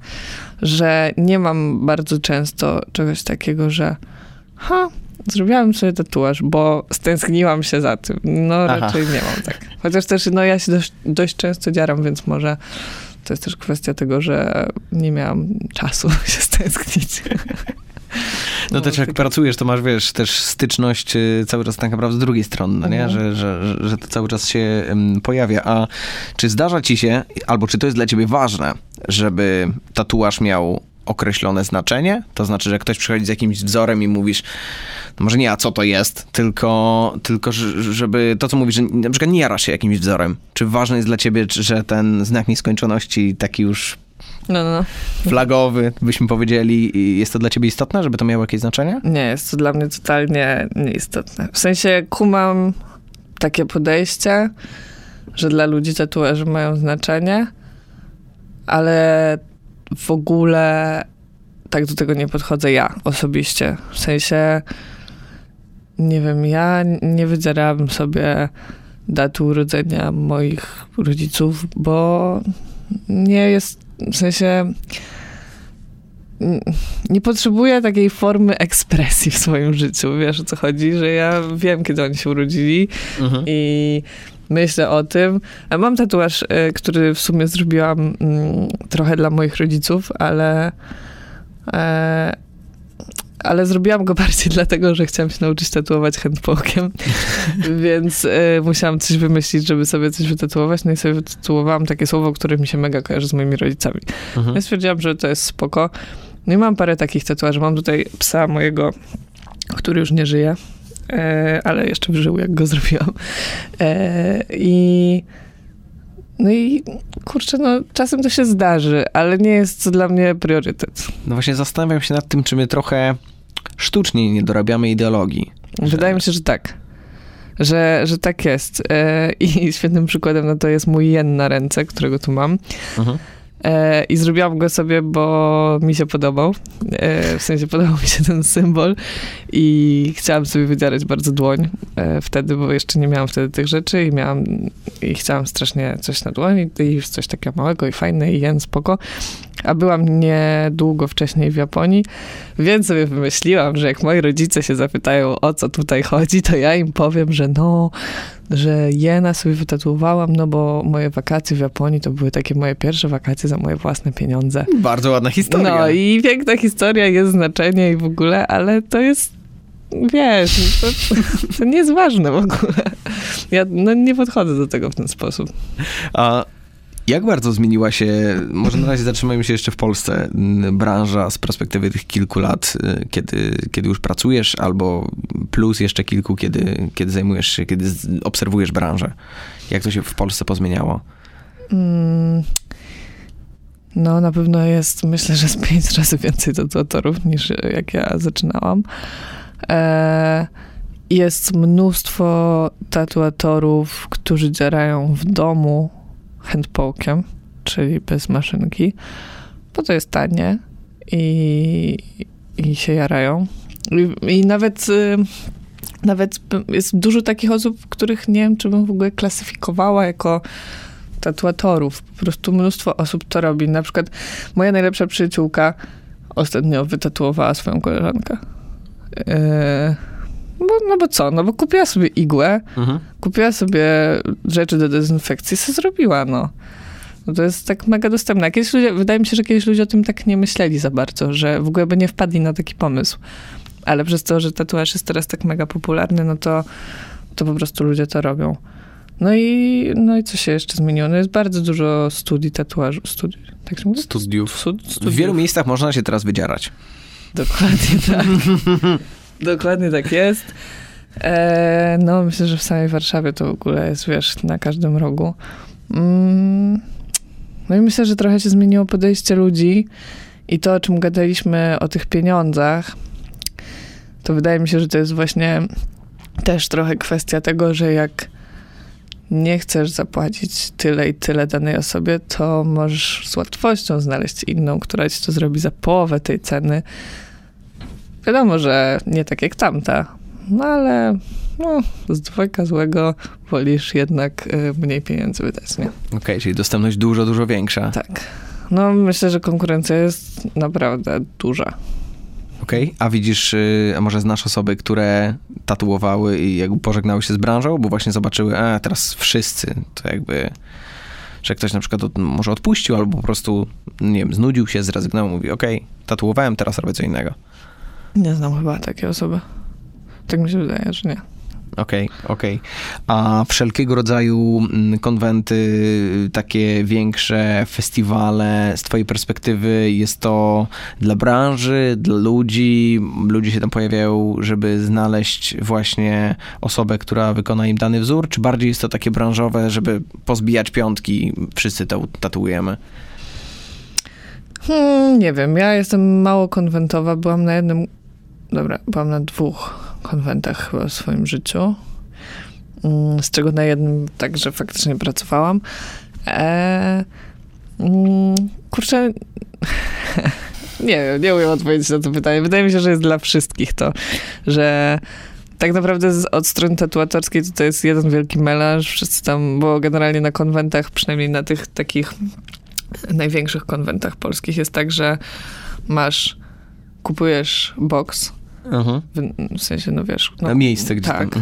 Że nie mam bardzo często czegoś takiego, że zrobiłam sobie tatuaż, bo stęskniłam się za tym. No raczej nie mam tak. Chociaż też, ja się dość często dzieram, więc może to jest też kwestia tego, że nie miałam czasu się stęsknić. No też jak pracujesz, to masz, wiesz, też styczność cały czas tak naprawdę z drugiej strony, no nie? Że to cały czas się pojawia. A czy zdarza ci się, albo czy to jest dla ciebie ważne, żeby tatuaż miał określone znaczenie? To znaczy, że ktoś przychodzi z jakimś wzorem i mówisz, no może nie, a co to jest, tylko żeby to, co mówisz, że na przykład nie jarasz się jakimś wzorem. Czy ważne jest dla ciebie, że ten znak nieskończoności, taki już flagowy, byśmy powiedzieli, jest to dla ciebie istotne, żeby to miało jakieś znaczenie? Nie, jest to dla mnie totalnie nieistotne. W sensie kumam takie podejście, że dla ludzi tatuaże mają znaczenie, ale w ogóle tak do tego nie podchodzę ja osobiście. W sensie, nie wiem, ja nie wydzierałabym sobie daty urodzenia moich rodziców, bo nie jest, w sensie nie potrzebuję takiej formy ekspresji w swoim życiu. Wiesz, o co chodzi? Że ja wiem, kiedy oni się urodzili i myślę o tym. A mam tatuaż, który w sumie zrobiłam trochę dla moich rodziców, ale zrobiłam go bardziej dlatego, że chciałam się nauczyć tatuować handpokiem, więc musiałam coś wymyślić, żeby sobie coś wytatuować. No i sobie wytatuowałam takie słowo, które mi się mega kojarzy z moimi rodzicami. Ja stwierdziłam, że to jest spoko. No i mam parę takich tatuaży. Mam tutaj psa mojego, który już nie żyje, ale jeszcze żył, jak go zrobiłam. No i kurczę, czasem to się zdarzy, ale nie jest to dla mnie priorytet. No właśnie zastanawiam się nad tym, czy my trochę sztucznie nie dorabiamy ideologii. Wydaje mi się, że tak. Że tak jest. I świetnym przykładem na to jest mój jen na ręce, którego tu mam. I zrobiłam go sobie, bo mi się podobał. W sensie podobał mi się ten symbol i chciałam sobie wydzierać bardzo dłoń wtedy, bo jeszcze nie miałam wtedy tych rzeczy i chciałam strasznie coś na dłoni i coś takiego małego i fajne i jen spoko. A byłam niedługo wcześniej w Japonii, więc sobie wymyśliłam, że jak moi rodzice się zapytają, o co tutaj chodzi, to ja im powiem, że jena sobie wytatuowałam, no bo moje wakacje w Japonii to były takie moje pierwsze wakacje za moje własne pieniądze. Bardzo ładna historia. No i piękna historia, jest znaczenie i w ogóle, ale to jest, wiesz, to nie jest ważne w ogóle. Ja nie podchodzę do tego w ten sposób. A jak bardzo zmieniła się, może na razie zatrzymajmy się jeszcze w Polsce, branża z perspektywy tych kilku lat, kiedy już pracujesz, albo plus jeszcze kilku, kiedy zajmujesz się, kiedy obserwujesz branżę? Jak to się w Polsce pozmieniało? No na pewno jest, myślę, że z 5 razy więcej tatuatorów niż jak ja zaczynałam. jest mnóstwo tatuatorów, którzy działają w domu handpoke'em, czyli bez maszynki, bo to jest tanie i się jarają. I nawet jest dużo takich osób, których nie wiem, czy bym w ogóle klasyfikowała jako tatuatorów. Po prostu mnóstwo osób to robi. Na przykład moja najlepsza przyjaciółka ostatnio wytatuowała swoją koleżankę. Bo kupiła sobie igłę, kupiła sobie rzeczy do dezynfekcji, co zrobiła, no. To jest tak mega dostępne. Wydaje mi się, że kiedyś ludzie o tym tak nie myśleli za bardzo, że w ogóle by nie wpadli na taki pomysł. Ale przez to, że tatuaż jest teraz tak mega popularny, no to po prostu ludzie to robią. No i co się jeszcze zmieniło? No jest bardzo dużo studii tatuażu. Tak się mówi? Studiów. W wielu miejscach można się teraz wydzierać. Dokładnie tak. Dokładnie tak jest. Myślę, że w samej Warszawie to w ogóle jest, wiesz, na każdym rogu. No i myślę, że trochę się zmieniło podejście ludzi i to, o czym gadaliśmy, o tych pieniądzach, to wydaje mi się, że to jest właśnie też trochę kwestia tego, że jak nie chcesz zapłacić tyle i tyle danej osobie, to możesz z łatwością znaleźć inną, która ci to zrobi za połowę tej ceny. Wiadomo, że nie tak jak tamta, no ale z dwojga złego wolisz jednak mniej pieniędzy wydać, nie? Okej, czyli dostępność dużo, dużo większa. Tak. No myślę, że konkurencja jest naprawdę duża. Okej, a widzisz, a może znasz osoby, które tatuowały i jakby pożegnały się z branżą, bo właśnie zobaczyły, teraz wszyscy, to jakby, że ktoś na przykład może odpuścił albo po prostu, nie wiem, znudził się, zrezygnował, mówi, tatuowałem, teraz robię co innego. Nie znam chyba takiej osoby. Tak mi się wydaje, że nie. Okej. A wszelkiego rodzaju konwenty, takie większe festiwale, z twojej perspektywy jest to dla branży, dla ludzi? Ludzie się tam pojawiają, żeby znaleźć właśnie osobę, która wykona im dany wzór? Czy bardziej jest to takie branżowe, żeby pozbijać piątki, wszyscy to tatuujemy? Nie wiem, ja jestem mało konwentowa, byłam na 2 konwentach chyba w swoim życiu, z czego na jednym także faktycznie pracowałam. Kurczę, nie umiem odpowiedzieć na to pytanie. Wydaje mi się, że jest dla wszystkich to, że tak naprawdę od strony tatuatorskiej to jest jeden wielki melanż, wszyscy tam, bo generalnie na konwentach, przynajmniej na tych takich największych konwentach polskich jest tak, że kupujesz boks, w sensie, wiesz... miejsce, gdzie tak.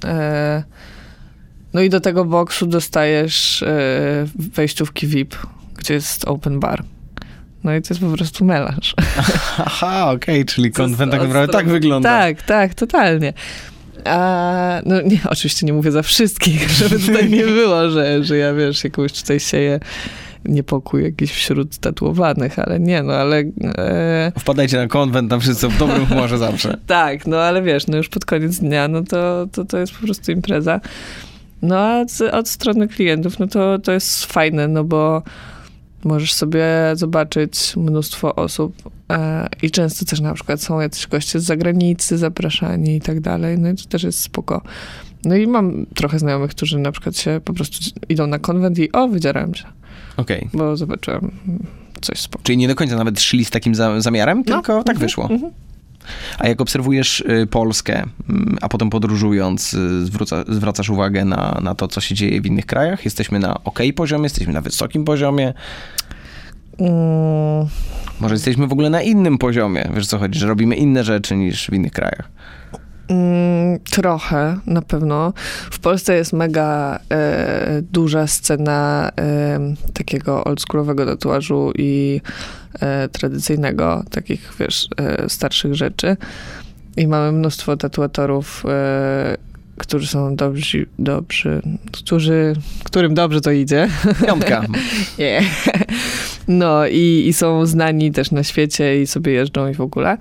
No i do tego boksu dostajesz wejściówki VIP, gdzie jest open bar. No i to jest po prostu melanż. Aha, czyli konwent tak naprawdę tak wygląda. Tak, totalnie. Oczywiście nie mówię za wszystkich, żeby tutaj nie było, że ja, wiesz, jakąś tutaj sieję niepokój jakiś wśród tatuowanych, ale nie, ale... Wpadajcie na konwent, tam wszyscy w dobrym humorze zawsze. Tak, ale wiesz, już pod koniec dnia, to jest po prostu impreza. No a od strony klientów, to jest fajne, bo możesz sobie zobaczyć mnóstwo osób i często też na przykład są jacyś goście z zagranicy zapraszani i tak dalej, no i to też jest spoko. No i mam trochę znajomych, którzy na przykład się po prostu idą na konwent i wydzierałem się. Bo zobaczyłem coś spoko. Czyli nie do końca nawet szli z takim zamiarem, tylko tak wyszło. A jak obserwujesz Polskę, a potem podróżując, zwracasz uwagę na to, co się dzieje w innych krajach? Jesteśmy na poziomie, jesteśmy na wysokim poziomie? Może jesteśmy w ogóle na innym poziomie? Wiesz, co chodzi, że robimy inne rzeczy niż w innych krajach? Trochę, na pewno. W Polsce jest mega duża scena takiego oldschoolowego tatuażu i tradycyjnego, takich, wiesz, starszych rzeczy. I mamy mnóstwo tatuatorów, którzy są dobrzy, którym dobrze to idzie. Piątka. Yeah. No i są znani też na świecie i sobie jeżdżą i w ogóle.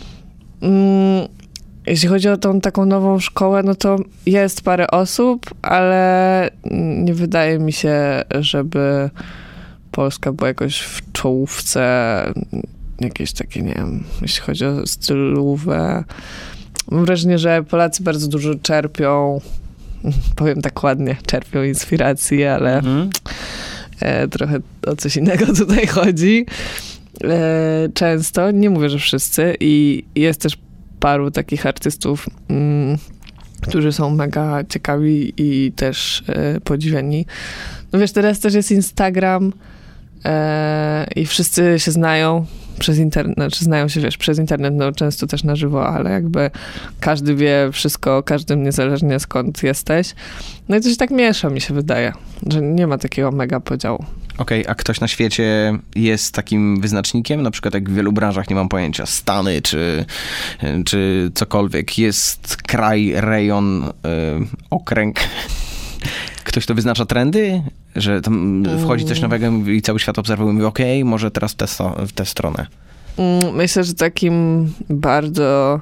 Jeśli chodzi o tą taką nową szkołę, no to jest parę osób, ale nie wydaje mi się, żeby Polska była jakoś w czołówce, jakieś takie, nie wiem, jeśli chodzi o stylówę. Mam wrażenie, że Polacy bardzo dużo czerpią, powiem tak ładnie, czerpią inspiracji, ale trochę o coś innego tutaj chodzi. Często, nie mówię, że wszyscy, i jest też paru takich artystów, którzy są mega ciekawi i też podziwiani. No wiesz, teraz też jest Instagram i wszyscy się znają przez internet, znaczy znają się, wiesz, przez internet, no często też na żywo, ale jakby każdy wie wszystko o każdym, niezależnie skąd jesteś. No i to się tak miesza, mi się wydaje, że nie ma takiego mega podziału. Okej, a ktoś na świecie jest takim wyznacznikiem? Na przykład jak w wielu branżach, nie mam pojęcia, Stany czy cokolwiek. Jest kraj, rejon, okręg. Ktoś to wyznacza trendy? Że tam wchodzi coś nowego i cały świat obserwuje i mówi, okej, może teraz w tę stronę. Myślę, że takim bardzo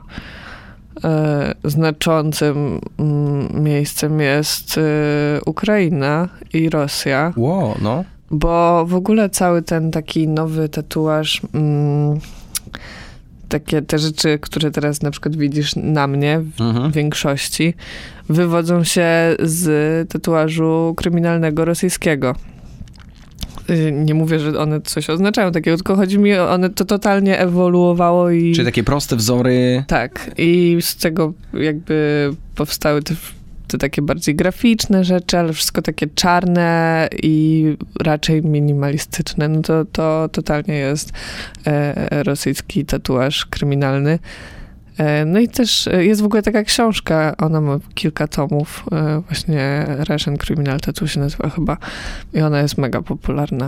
znaczącym miejscem jest Ukraina i Rosja. Wow, no. Bo w ogóle cały ten taki nowy tatuaż, takie te rzeczy, które teraz na przykład widzisz na mnie w większości, wywodzą się z tatuażu kryminalnego rosyjskiego. Nie mówię, że one coś oznaczają takiego, tylko chodzi mi o one, to totalnie ewoluowało i... Czyli takie proste wzory. Tak. I z tego jakby powstały te takie bardziej graficzne rzeczy, ale wszystko takie czarne i raczej minimalistyczne. No to totalnie jest rosyjski tatuaż kryminalny. No i też jest w ogóle taka książka, ona ma kilka tomów, właśnie Russian Criminal Tattoo się nazywa chyba, i ona jest mega popularna.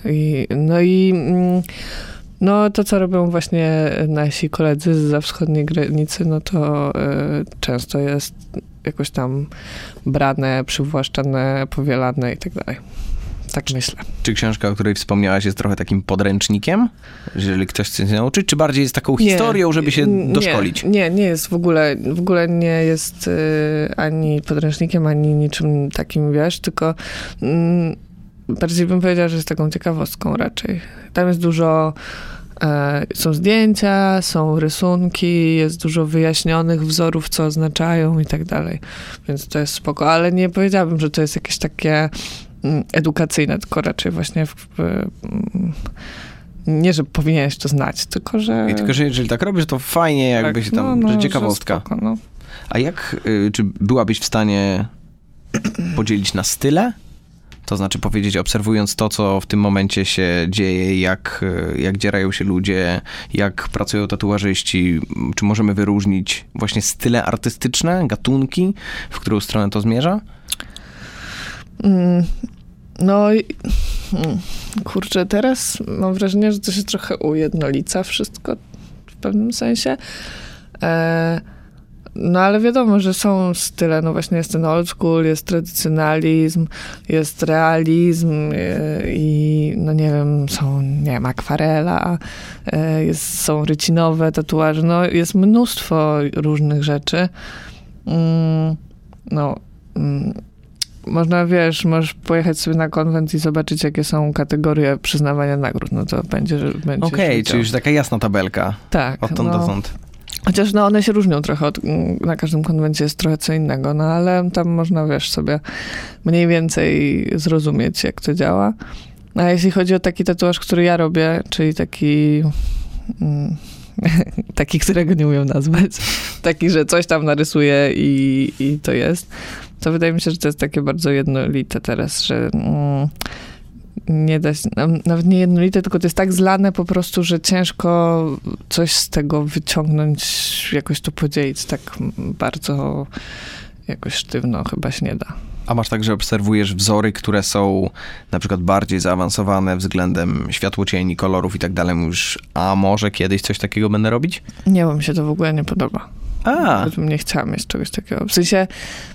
No to, co robią właśnie nasi koledzy zza wschodniej granicy, no to często jest jakoś tam brane, przywłaszczane, powielane i tak dalej. Tak myślę. Czy książka, o której wspomniałaś, jest trochę takim podręcznikiem? Jeżeli ktoś chce się nauczyć, czy bardziej jest taką historią, żeby się doszkolić? Nie jest w ogóle nie jest ani podręcznikiem, ani niczym takim, wiesz, tylko bardziej bym powiedziała, że jest taką ciekawostką raczej. Tam jest dużo, są zdjęcia, są rysunki, jest dużo wyjaśnionych wzorów, co oznaczają i tak dalej. Więc to jest spoko, ale nie powiedziałabym, że to jest jakieś takie edukacyjne, tylko raczej właśnie nie, że powinieneś to znać, tylko że... Tylko, że jeżeli tak robisz, to fajnie jakby tak, się tam, że ciekawostka. Spoko, no. A czy byłabyś w stanie podzielić na style? To znaczy powiedzieć, obserwując to, co w tym momencie się dzieje, jak dzierają się ludzie, jak pracują tatuażyści, czy możemy wyróżnić właśnie style artystyczne, gatunki, w którą stronę to zmierza? Kurczę, teraz mam wrażenie, że to się trochę ujednolica wszystko w pewnym sensie. No ale wiadomo, że są style, no właśnie jest ten old school, jest tradycjonalizm, jest realizm i no nie wiem, akwarela, są rycinowe tatuaże, no jest mnóstwo różnych rzeczy. Możesz pojechać sobie na konwent i zobaczyć, jakie są kategorie przyznawania nagród. No to będzie. Okej, czyli już taka jasna tabelka. Tak. Odtąd dotąd. Chociaż one się różnią trochę, na każdym konwencie jest trochę co innego, no ale tam można, sobie mniej więcej zrozumieć, jak to działa. A jeśli chodzi o taki tatuaż, który ja robię, czyli taki, którego nie umiem nazwać, taki, że coś tam narysuję i to jest, to wydaje mi się, że to jest takie bardzo jednolite teraz, że nie da się, nawet nie jednolite, tylko to jest tak zlane po prostu, że ciężko coś z tego wyciągnąć, jakoś to podzielić tak bardzo jakoś sztywno, chyba się nie da. A masz tak, że obserwujesz wzory, które są na przykład bardziej zaawansowane względem światłocieni, kolorów i tak dalej, mówisz, a może kiedyś coś takiego będę robić? Nie, bo mi się to w ogóle nie podoba. Bym nie chciała mieć czegoś takiego. W sensie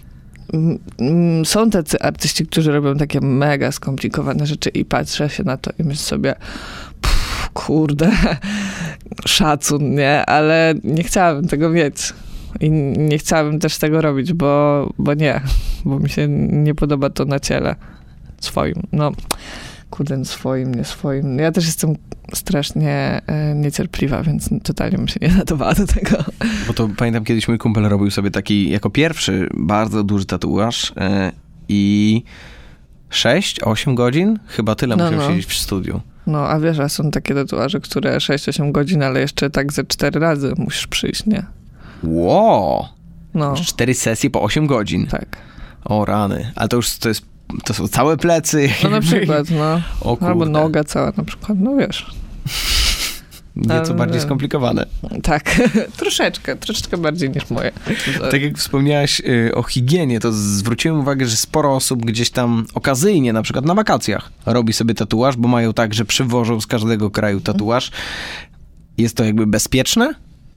są tacy artyści, którzy robią takie mega skomplikowane rzeczy i patrzę się na to i myślę sobie, kurde, szacun, nie? Ale nie chciałabym tego mieć. I nie chciałabym też tego robić, bo mi się nie podoba to na ciele swoim. kurde, swoim, nie swoim. Ja też jestem strasznie niecierpliwa, więc totalnie bym się nie nadawała do tego. Bo to pamiętam, kiedyś mój kumpel robił sobie taki jako pierwszy bardzo duży tatuaż i 6-8 godzin? Chyba tyle musiał siedzieć w studiu. No, a wiesz, a są takie tatuaże, które 6-8 godzin, ale jeszcze tak ze 4 razy musisz przyjść, nie? Wow! No. 4 sesje po 8 godzin. Tak. O rany. Ale to są całe plecy. No na przykład, no. O kurde. Albo noga cała na przykład, no wiesz. Nieco bardziej skomplikowane. Tak, troszeczkę bardziej niż moje. Tak jak wspomniałaś o higienie, to zwróciłem uwagę, że sporo osób gdzieś tam okazyjnie, na przykład na wakacjach, robi sobie tatuaż, bo mają tak, że przywożą z każdego kraju tatuaż. Jest to jakby bezpieczne?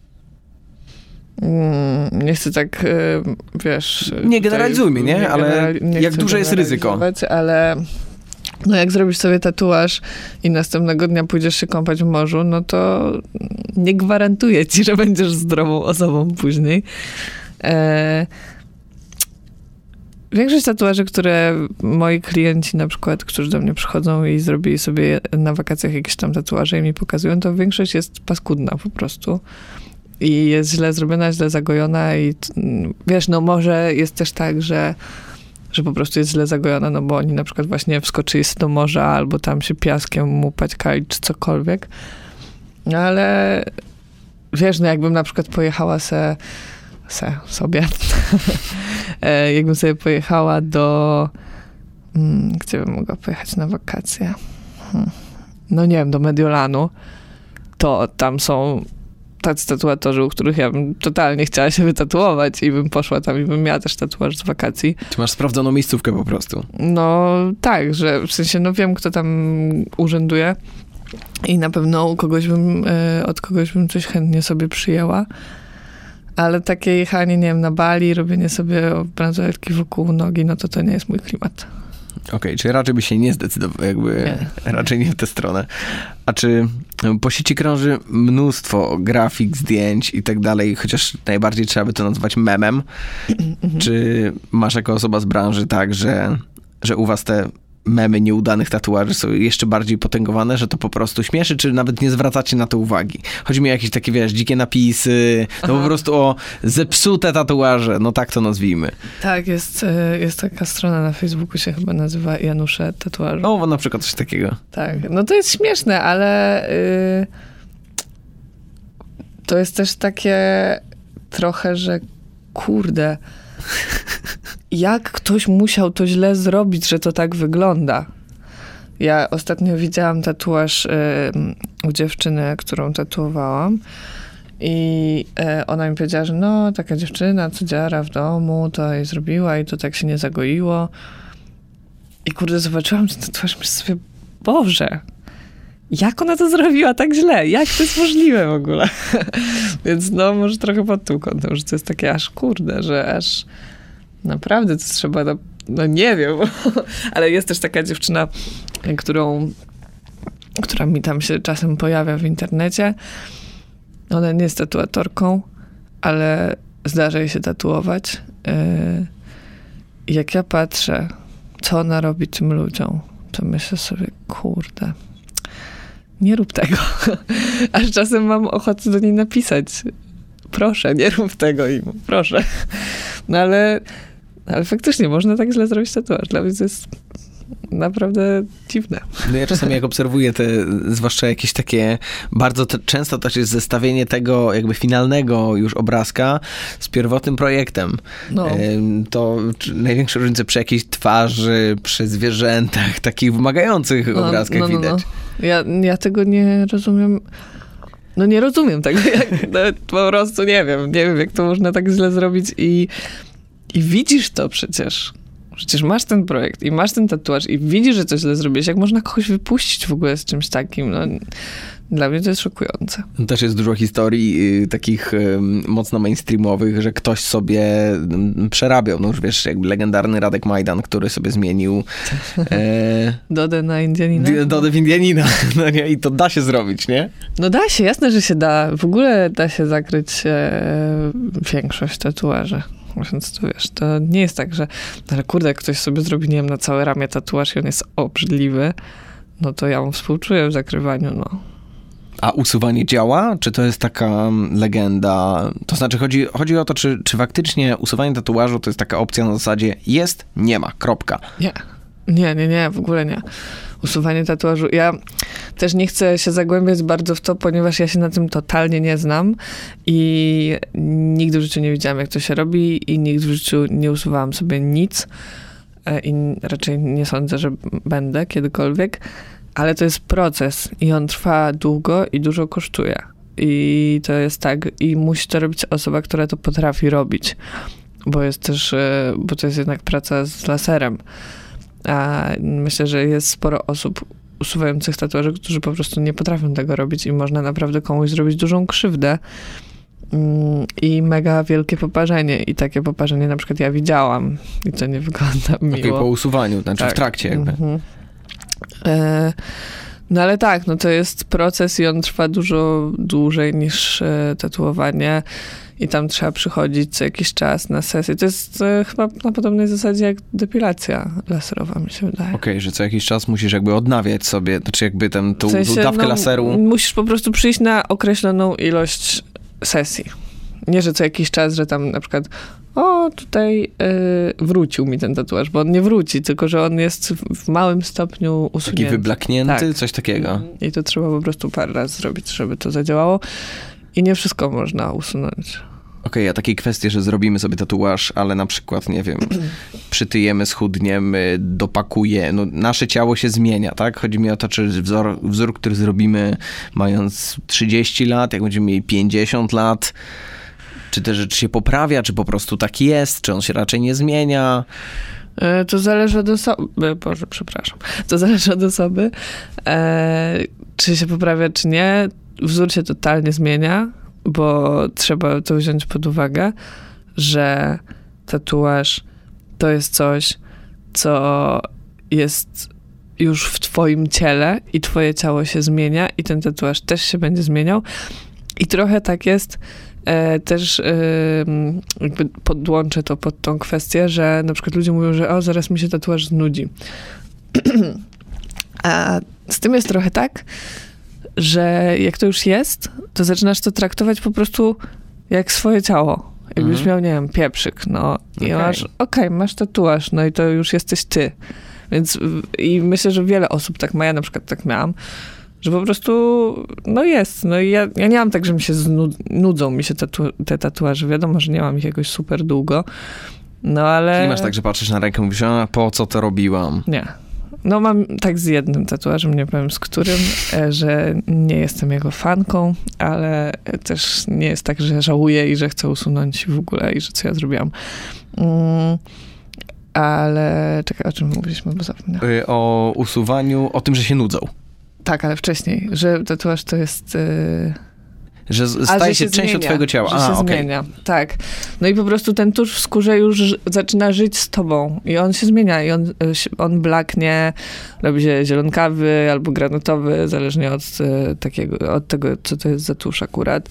Nie chcę tak, wiesz... Nie generalizujmy, nie? Ale jak duże jest ryzyko? Ale no jak zrobisz sobie tatuaż i następnego dnia pójdziesz się kąpać w morzu, no to nie gwarantuję ci, że będziesz zdrową osobą później. Większość tatuaży, które moi klienci na przykład, którzy do mnie przychodzą i zrobili sobie na wakacjach jakieś tam tatuaże i mi pokazują, to większość jest paskudna po prostu. I jest źle zrobiona, źle zagojona i wiesz, no może jest też tak, że po prostu jest źle zagojona, no bo oni na przykład właśnie wskoczyli do morza albo tam się piaskiem mu paćkali czy cokolwiek. Ale wiesz, no jakbym na przykład pojechała sobie jakbym sobie pojechała gdzie bym mogła pojechać na wakacje? No nie wiem, do Mediolanu, to tam są tacy tatuatorzy, u których ja bym totalnie chciała się wytatuować i bym poszła tam i bym miała też tatuaż z wakacji. Ty masz sprawdzoną miejscówkę po prostu. No tak, że w sensie, no wiem, kto tam urzęduje i na pewno od kogoś bym coś chętnie sobie przyjęła. Ale takie jechanie, nie wiem, na Bali, robienie sobie bransoletki wokół nogi, no to nie jest mój klimat. Okej, czyli raczej by się nie zdecydował, raczej nie w tę stronę. A czy po sieci krąży mnóstwo grafik, zdjęć i tak dalej, chociaż najbardziej trzeba by to nazwać memem. Czy masz jako osoba z branży tak, że u was te memy nieudanych tatuaży są jeszcze bardziej potęgowane, że to po prostu śmieszy, czy nawet nie zwracacie na to uwagi? Chodzi mi o jakieś takie, wiesz, dzikie napisy, no po prostu o zepsute tatuaże, no tak to nazwijmy. Tak, jest taka strona na Facebooku, się chyba nazywa Janusze Tatuażu. No, na przykład coś takiego. Tak, no to jest śmieszne, ale to jest też takie trochę, że kurde, jak ktoś musiał to źle zrobić, że to tak wygląda. Ja ostatnio widziałam tatuaż u dziewczyny, którą tatuowałam i ona mi powiedziała, że no, taka dziewczyna, co dziara w domu, to jej zrobiła i to tak się nie zagoiło. I kurde, zobaczyłam ten tatuaż i myślę sobie, Boże, jak ona to zrobiła tak źle? Jak to jest możliwe w ogóle? Więc no, może trochę pod tym kątem, że to jest takie aż kurde, że aż naprawdę to trzeba, no nie wiem, ale jest też taka dziewczyna, która mi tam się czasem pojawia w internecie. Ona nie jest tatuatorką, ale zdarza jej się tatuować. I jak ja patrzę, co ona robi tym ludziom, to myślę sobie, kurde, nie rób tego. Aż czasem mam ochotę do niej napisać, proszę, nie rób tego im, proszę. No ale faktycznie można tak źle zrobić tatuaż. Dla mnie to jest naprawdę dziwne. No ja czasami jak obserwuję te, zwłaszcza jakieś takie, bardzo często też jest zestawienie tego jakby finalnego już obrazka z pierwotnym projektem. No. To największe różnice przy jakiejś twarzy, przy zwierzętach, takich wymagających obrazkach widać. Ja tego nie rozumiem. No nie rozumiem tego. Po prostu nie wiem, jak to można tak źle zrobić i widzisz to przecież. Przecież masz ten projekt i masz ten tatuaż i widzisz, że coś źle zrobiłeś. Jak można kogoś wypuścić w ogóle z czymś takim? No, dla mnie to jest szokujące. Też jest dużo historii takich mocno mainstreamowych, że ktoś sobie przerabiał. No już wiesz, jakby legendarny Radek Majdan, który sobie zmienił Dodę na Indianina. Dodę w Indianina. No nie? I to da się zrobić, nie? No da się, jasne, że się da. W ogóle da się zakryć większość tatuaży. Więc to wiesz, to nie jest tak, że ale kurde, jak ktoś sobie zrobi, nie wiem, na całe ramię tatuaż i on jest obrzydliwy, no to ja mu współczuję w zakrywaniu, no. A usuwanie działa? Czy to jest taka legenda? To znaczy chodzi o to, czy faktycznie usuwanie tatuażu to jest taka opcja na zasadzie jest, nie ma, kropka. Nie, w ogóle nie. Usuwanie tatuażu. Ja też nie chcę się zagłębiać bardzo w to, ponieważ ja się na tym totalnie nie znam i nigdy w życiu nie widziałam, jak to się robi i nigdy w życiu nie usuwałam sobie nic i raczej nie sądzę, że będę kiedykolwiek, ale to jest proces i on trwa długo i dużo kosztuje. I to jest tak, i musi to robić osoba, która to potrafi robić, bo jest też, bo to jest jednak praca z laserem. A myślę, że jest sporo osób usuwających tatuaże, którzy po prostu nie potrafią tego robić i można naprawdę komuś zrobić dużą krzywdę i mega wielkie poparzenie. I takie poparzenie na przykład ja widziałam i to nie wygląda miło. Okej, po usuwaniu, znaczy tak. w trakcie jakby. No ale tak, no to jest proces i on trwa dużo dłużej niż tatuowanie i tam trzeba przychodzić co jakiś czas na sesję. To jest chyba na podobnej zasadzie jak depilacja laserowa, mi się wydaje. Okej, że co jakiś czas musisz jakby odnawiać sobie, znaczy jakby tą W sensie, dawkę laseru. Musisz po prostu przyjść na określoną ilość sesji. Nie, że co jakiś czas, że tam na przykład tutaj wrócił mi ten tatuaż, bo on nie wróci, tylko że on jest w małym stopniu usunięty. Taki wyblaknięty, tak. coś takiego. I to trzeba po prostu parę razy zrobić, żeby to zadziałało. I nie wszystko można usunąć. Okej, a takie kwestie, że zrobimy sobie tatuaż, ale na przykład, nie wiem, przytyjemy, schudniemy, dopakuje, no nasze ciało się zmienia, tak? Chodzi mi o to, czy wzór, który zrobimy mając 30 lat, jak będziemy mieli 50 lat, czy te rzeczy się poprawia, czy po prostu tak jest, czy on się raczej nie zmienia? To zależy od osoby. Boże, przepraszam. To zależy od osoby, czy się poprawia, czy nie. Wzór się totalnie zmienia, bo trzeba to wziąć pod uwagę, że tatuaż to jest coś, co jest już w twoim ciele i twoje ciało się zmienia i ten tatuaż też się będzie zmieniał. I trochę tak jest też jakby podłączę to pod tą kwestię, że na przykład ludzie mówią, że zaraz mi się tatuaż znudzi. A z tym jest trochę tak, że jak to już jest, to zaczynasz to traktować po prostu jak swoje ciało. Jakbyś miał, nie wiem, pieprzyk, no i masz, masz tatuaż, no i to już jesteś ty. Więc i myślę, że wiele osób tak ma, ja na przykład tak miałam, że po prostu, no jest. No i ja nie mam tak, że mi się nudzą mi się te tatuaże. Wiadomo, że nie mam ich jakoś super długo, no ale... Czyli masz tak, że patrzysz na rękę i mówisz, po co to robiłam? Nie. No mam tak z jednym tatuażem, nie powiem z którym, że nie jestem jego fanką, ale też nie jest tak, że żałuję i że chcę usunąć w ogóle i że co ja zrobiłam. Ale czekaj, o czym mówiliśmy, bo zapomniałam. O usuwaniu, o tym, że się nudzą. Tak, ale wcześniej, że tatuaż to jest... Że staje się częścią twojego ciała. Że się zmienia, tak. No i po prostu ten tusz w skórze już zaczyna żyć z tobą i on się zmienia i on blaknie, robi się zielonkawy albo granatowy, zależnie od tego, co to jest za tusz akurat.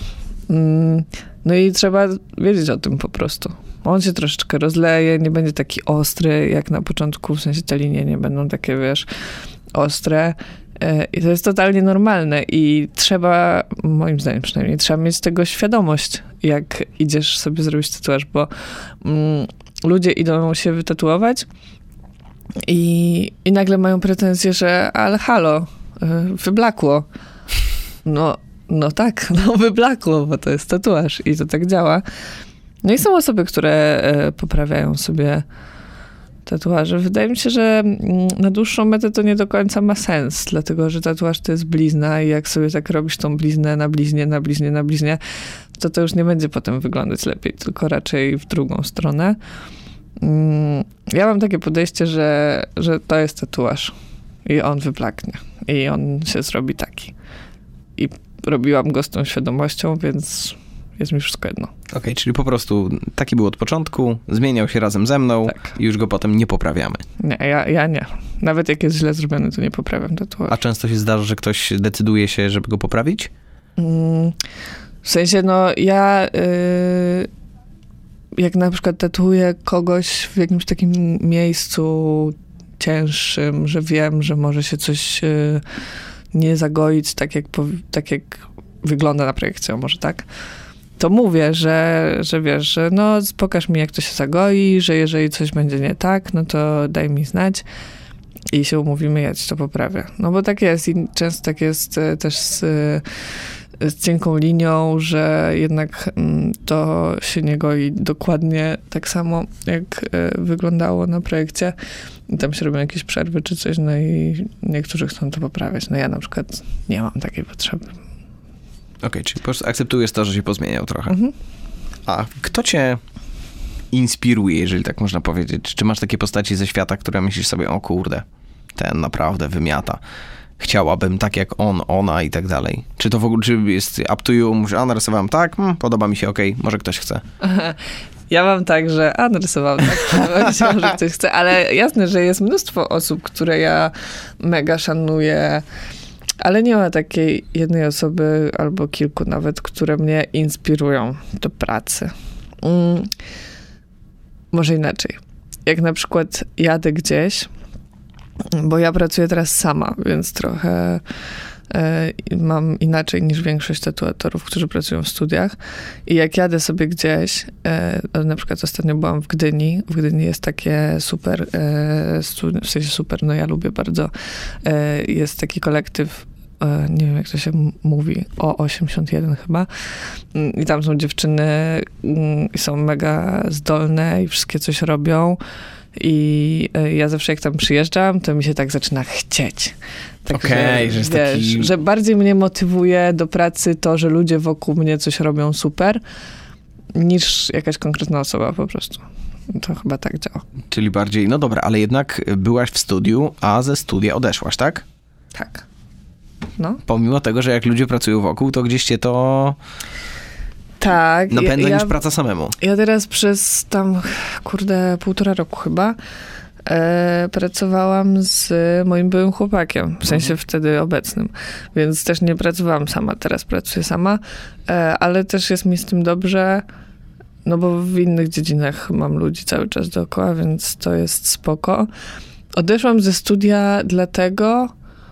No i trzeba wiedzieć o tym po prostu. On się troszeczkę rozleje, nie będzie taki ostry jak na początku, w sensie te linie nie będą takie, wiesz, ostre. I to jest totalnie normalne i trzeba, moim zdaniem przynajmniej, trzeba mieć tego świadomość, jak idziesz sobie zrobić tatuaż, bo ludzie idą się wytatuować i nagle mają pretensje, że ale halo, wyblakło. No tak, wyblakło, bo to jest tatuaż i to tak działa. No i są osoby, które poprawiają sobie tatuaże. Wydaje mi się, że na dłuższą metę to nie do końca ma sens, dlatego że tatuaż to jest blizna i jak sobie tak robisz tą bliznę na bliźnie, to już nie będzie potem wyglądać lepiej, tylko raczej w drugą stronę. Ja mam takie podejście, że to jest tatuaż i on wyblaknie i on się zrobi taki. I robiłam go z tą świadomością, więc jest mi wszystko jedno. Okej, czyli po prostu taki był od początku, zmieniał się razem ze mną i już go potem nie poprawiamy. Nie, ja nie. Nawet jak jest źle zrobiony, to nie poprawiam tatuażu. A często się zdarza, że ktoś decyduje się, żeby go poprawić? W sensie, ja jak na przykład tatuuję kogoś w jakimś takim miejscu cięższym, że wiem, że może się coś nie zagoić tak jak wygląda na projekcie, może tak, to mówię, że wiesz, że no pokaż mi, jak to się zagoi, że jeżeli coś będzie nie tak, no to daj mi znać i się umówimy, ja ci to poprawię. No bo tak jest i często tak jest też z cienką linią, że jednak to się nie goi dokładnie tak samo, jak wyglądało na projekcie. I tam się robią jakieś przerwy czy coś, no i niektórzy chcą to poprawiać. No ja na przykład nie mam takiej potrzeby. Okej, czyli po prostu akceptujesz to, że się pozmieniał trochę. A kto cię inspiruje, jeżeli tak można powiedzieć? Czy masz takie postaci ze świata, które myślisz sobie, o kurde, ten naprawdę wymiata. Chciałabym tak jak on, ona i tak dalej. Czy to w ogóle, czy jest up to you? Mówisz, narysowałem tak, podoba mi się, okej, może ktoś chce. Ja mam tak, że narysowałam tak, podoba mi się, może ktoś chce, ale jasne, że jest mnóstwo osób, które ja mega szanuję, ale nie ma takiej jednej osoby, albo kilku nawet, które mnie inspirują do pracy. Może inaczej. Jak na przykład jadę gdzieś, bo ja pracuję teraz sama, więc trochę mam inaczej niż większość tatuatorów, którzy pracują w studiach. I jak jadę sobie gdzieś, na przykład ostatnio byłam w Gdyni. W Gdyni jest takie super, w sensie super, no ja lubię bardzo, jest taki kolektyw, nie wiem jak to się mówi, O81 chyba. I tam są dziewczyny i są mega zdolne i wszystkie coś robią. I ja zawsze jak tam przyjeżdżam, to mi się tak zaczyna chcieć. Tak, że jest wiesz, taki... że bardziej mnie motywuje do pracy to, że ludzie wokół mnie coś robią super, niż jakaś konkretna osoba po prostu. To chyba tak działa. Czyli bardziej, no dobra, ale jednak byłaś w studiu, a ze studia odeszłaś, tak? Tak. No. Pomimo tego, że jak ludzie pracują wokół, to gdzieś cię to... Tak. Napędza niż praca samemu. Ja teraz przez tam, 1,5 roku chyba pracowałam z moim byłym chłopakiem, w sensie wtedy obecnym. Więc też nie pracowałam sama, teraz pracuję sama, ale też jest mi z tym dobrze, no bo w innych dziedzinach mam ludzi cały czas dookoła, więc to jest spoko. Odeszłam ze studia dlatego,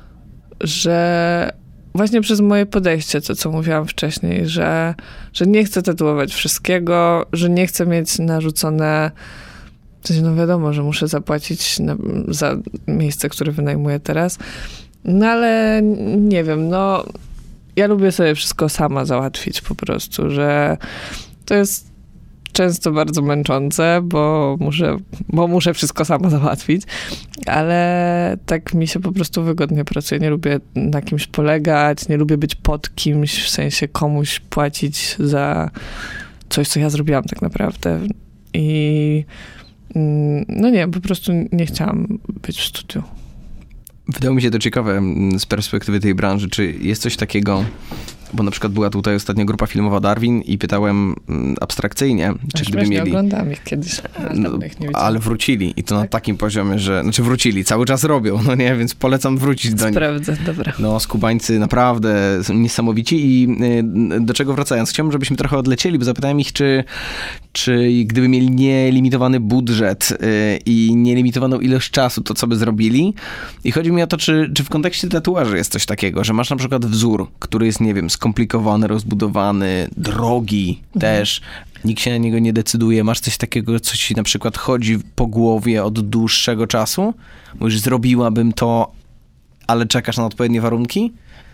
że właśnie przez moje podejście, to co mówiłam wcześniej, że nie chcę tatuować wszystkiego, że nie chcę mieć narzucone, w sensie, no wiadomo, że muszę zapłacić za miejsce, które wynajmuję teraz, no ale nie wiem, no ja lubię sobie wszystko sama załatwić po prostu, że to jest często bardzo męczące, bo muszę wszystko sama załatwić, ale tak mi się po prostu wygodnie pracuje. Nie lubię na kimś polegać, nie lubię być pod kimś, w sensie komuś płacić za coś, co ja zrobiłam tak naprawdę. I no nie, po prostu nie chciałam być w studiu. Wydało mi się to ciekawe z perspektywy tej branży, czy jest coś takiego, bo na przykład była tutaj ostatnio grupa filmowa Darwin i pytałem abstrakcyjnie, czy gdyby mieli... oglądam ich kiedyś, ale wrócili i to tak? Na takim poziomie, że... Znaczy wrócili, cały czas robią, no nie, więc polecam wrócić do nich. Sprawdzę, dobra. No, Skubańcy naprawdę są niesamowici i do czego wracając, chciałbym, żebyśmy trochę odlecieli, bo zapytałem ich, czy gdyby mieli nielimitowany budżet i nielimitowaną ilość czasu, to co by zrobili? I chodzi mi o to, czy w kontekście tatuaży jest coś takiego, że masz na przykład wzór, który jest, nie wiem, skomplikowany, rozbudowany, drogi też, nikt się na niego nie decyduje, masz coś takiego, co ci na przykład chodzi po głowie od dłuższego czasu? Mówisz, zrobiłabym to, ale czekasz na odpowiednie warunki?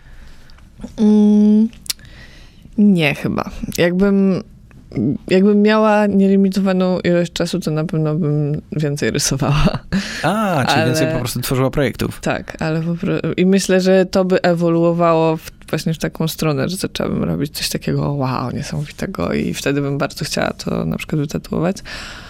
Nie chyba. Jakbym miała nielimitowaną ilość czasu, to na pewno bym więcej rysowała. Czyli więcej po prostu tworzyła projektów. Tak, ale i myślę, że to by ewoluowało właśnie w taką stronę, że zaczęłabym robić coś takiego wow, niesamowitego i wtedy bym bardzo chciała to na przykład wytatuować.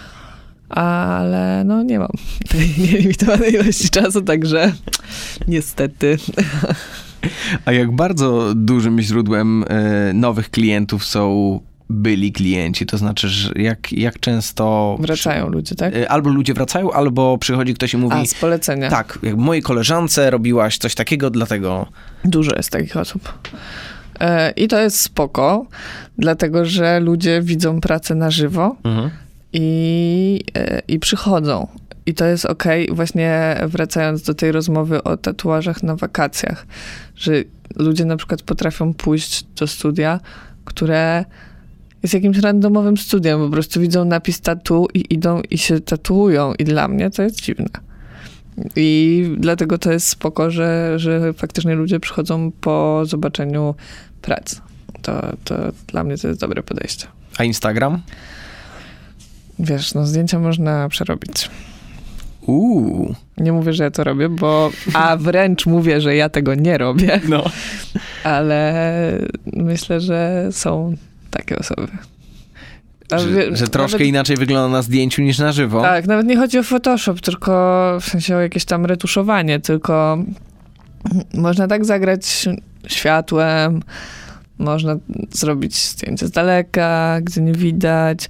Ale no nie mam tej nielimitowanej ilości czasu, także niestety. A jak bardzo dużym źródłem nowych klientów są byli klienci, to znaczy, że jak często... Wracają ludzie, tak? Albo ludzie wracają, albo przychodzi ktoś i mówi... Z polecenia. Tak, jak mojej koleżance robiłaś coś takiego, dlatego... Dużo jest takich osób. I to jest spoko, dlatego, że ludzie widzą pracę na żywo i przychodzą. I to jest okej, właśnie wracając do tej rozmowy o tatuażach na wakacjach, że ludzie na przykład potrafią pójść do studia, które jest jakimś randomowym studiem, po prostu widzą napis tatu i idą i się tatuują i dla mnie to jest dziwne. I dlatego to jest spoko, że faktycznie ludzie przychodzą po zobaczeniu prac. To dla mnie to jest dobre podejście. A Instagram? Wiesz, no zdjęcia można przerobić. Nie mówię, że ja to robię, a wręcz mówię, że ja tego nie robię. No. Ale myślę, że są takie osoby. Że troszkę inaczej wygląda na zdjęciu niż na żywo. Tak, nawet nie chodzi o Photoshop, tylko w sensie o jakieś tam retuszowanie, tylko można tak zagrać światłem, można zrobić zdjęcie z daleka, gdzie nie widać.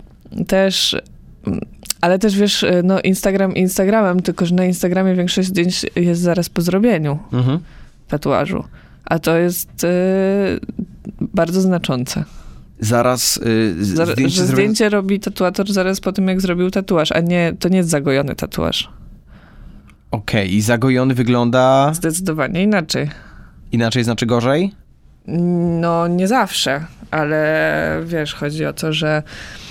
Ale też wiesz, no Instagramem, tylko że na Instagramie większość zdjęć jest zaraz po zrobieniu tatuażu. A to jest bardzo znaczące. Zdjęcie robi tatuator zaraz po tym, jak zrobił tatuaż, a to nie jest zagojony tatuaż. Okej, i zagojony wygląda... Zdecydowanie inaczej. Inaczej znaczy gorzej? No, nie zawsze, ale wiesz, chodzi o to, że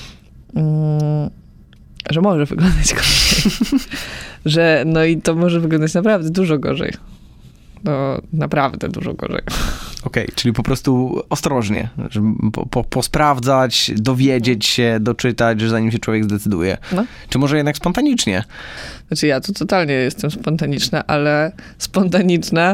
może wyglądać gorzej. No i to może wyglądać naprawdę dużo gorzej. No, naprawdę dużo gorzej. Okej, czyli po prostu ostrożnie, żeby posprawdzać, dowiedzieć się, doczytać, że zanim się człowiek zdecyduje. No. Czy może jednak spontanicznie? Znaczy ja tu totalnie jestem spontaniczna, ale spontaniczna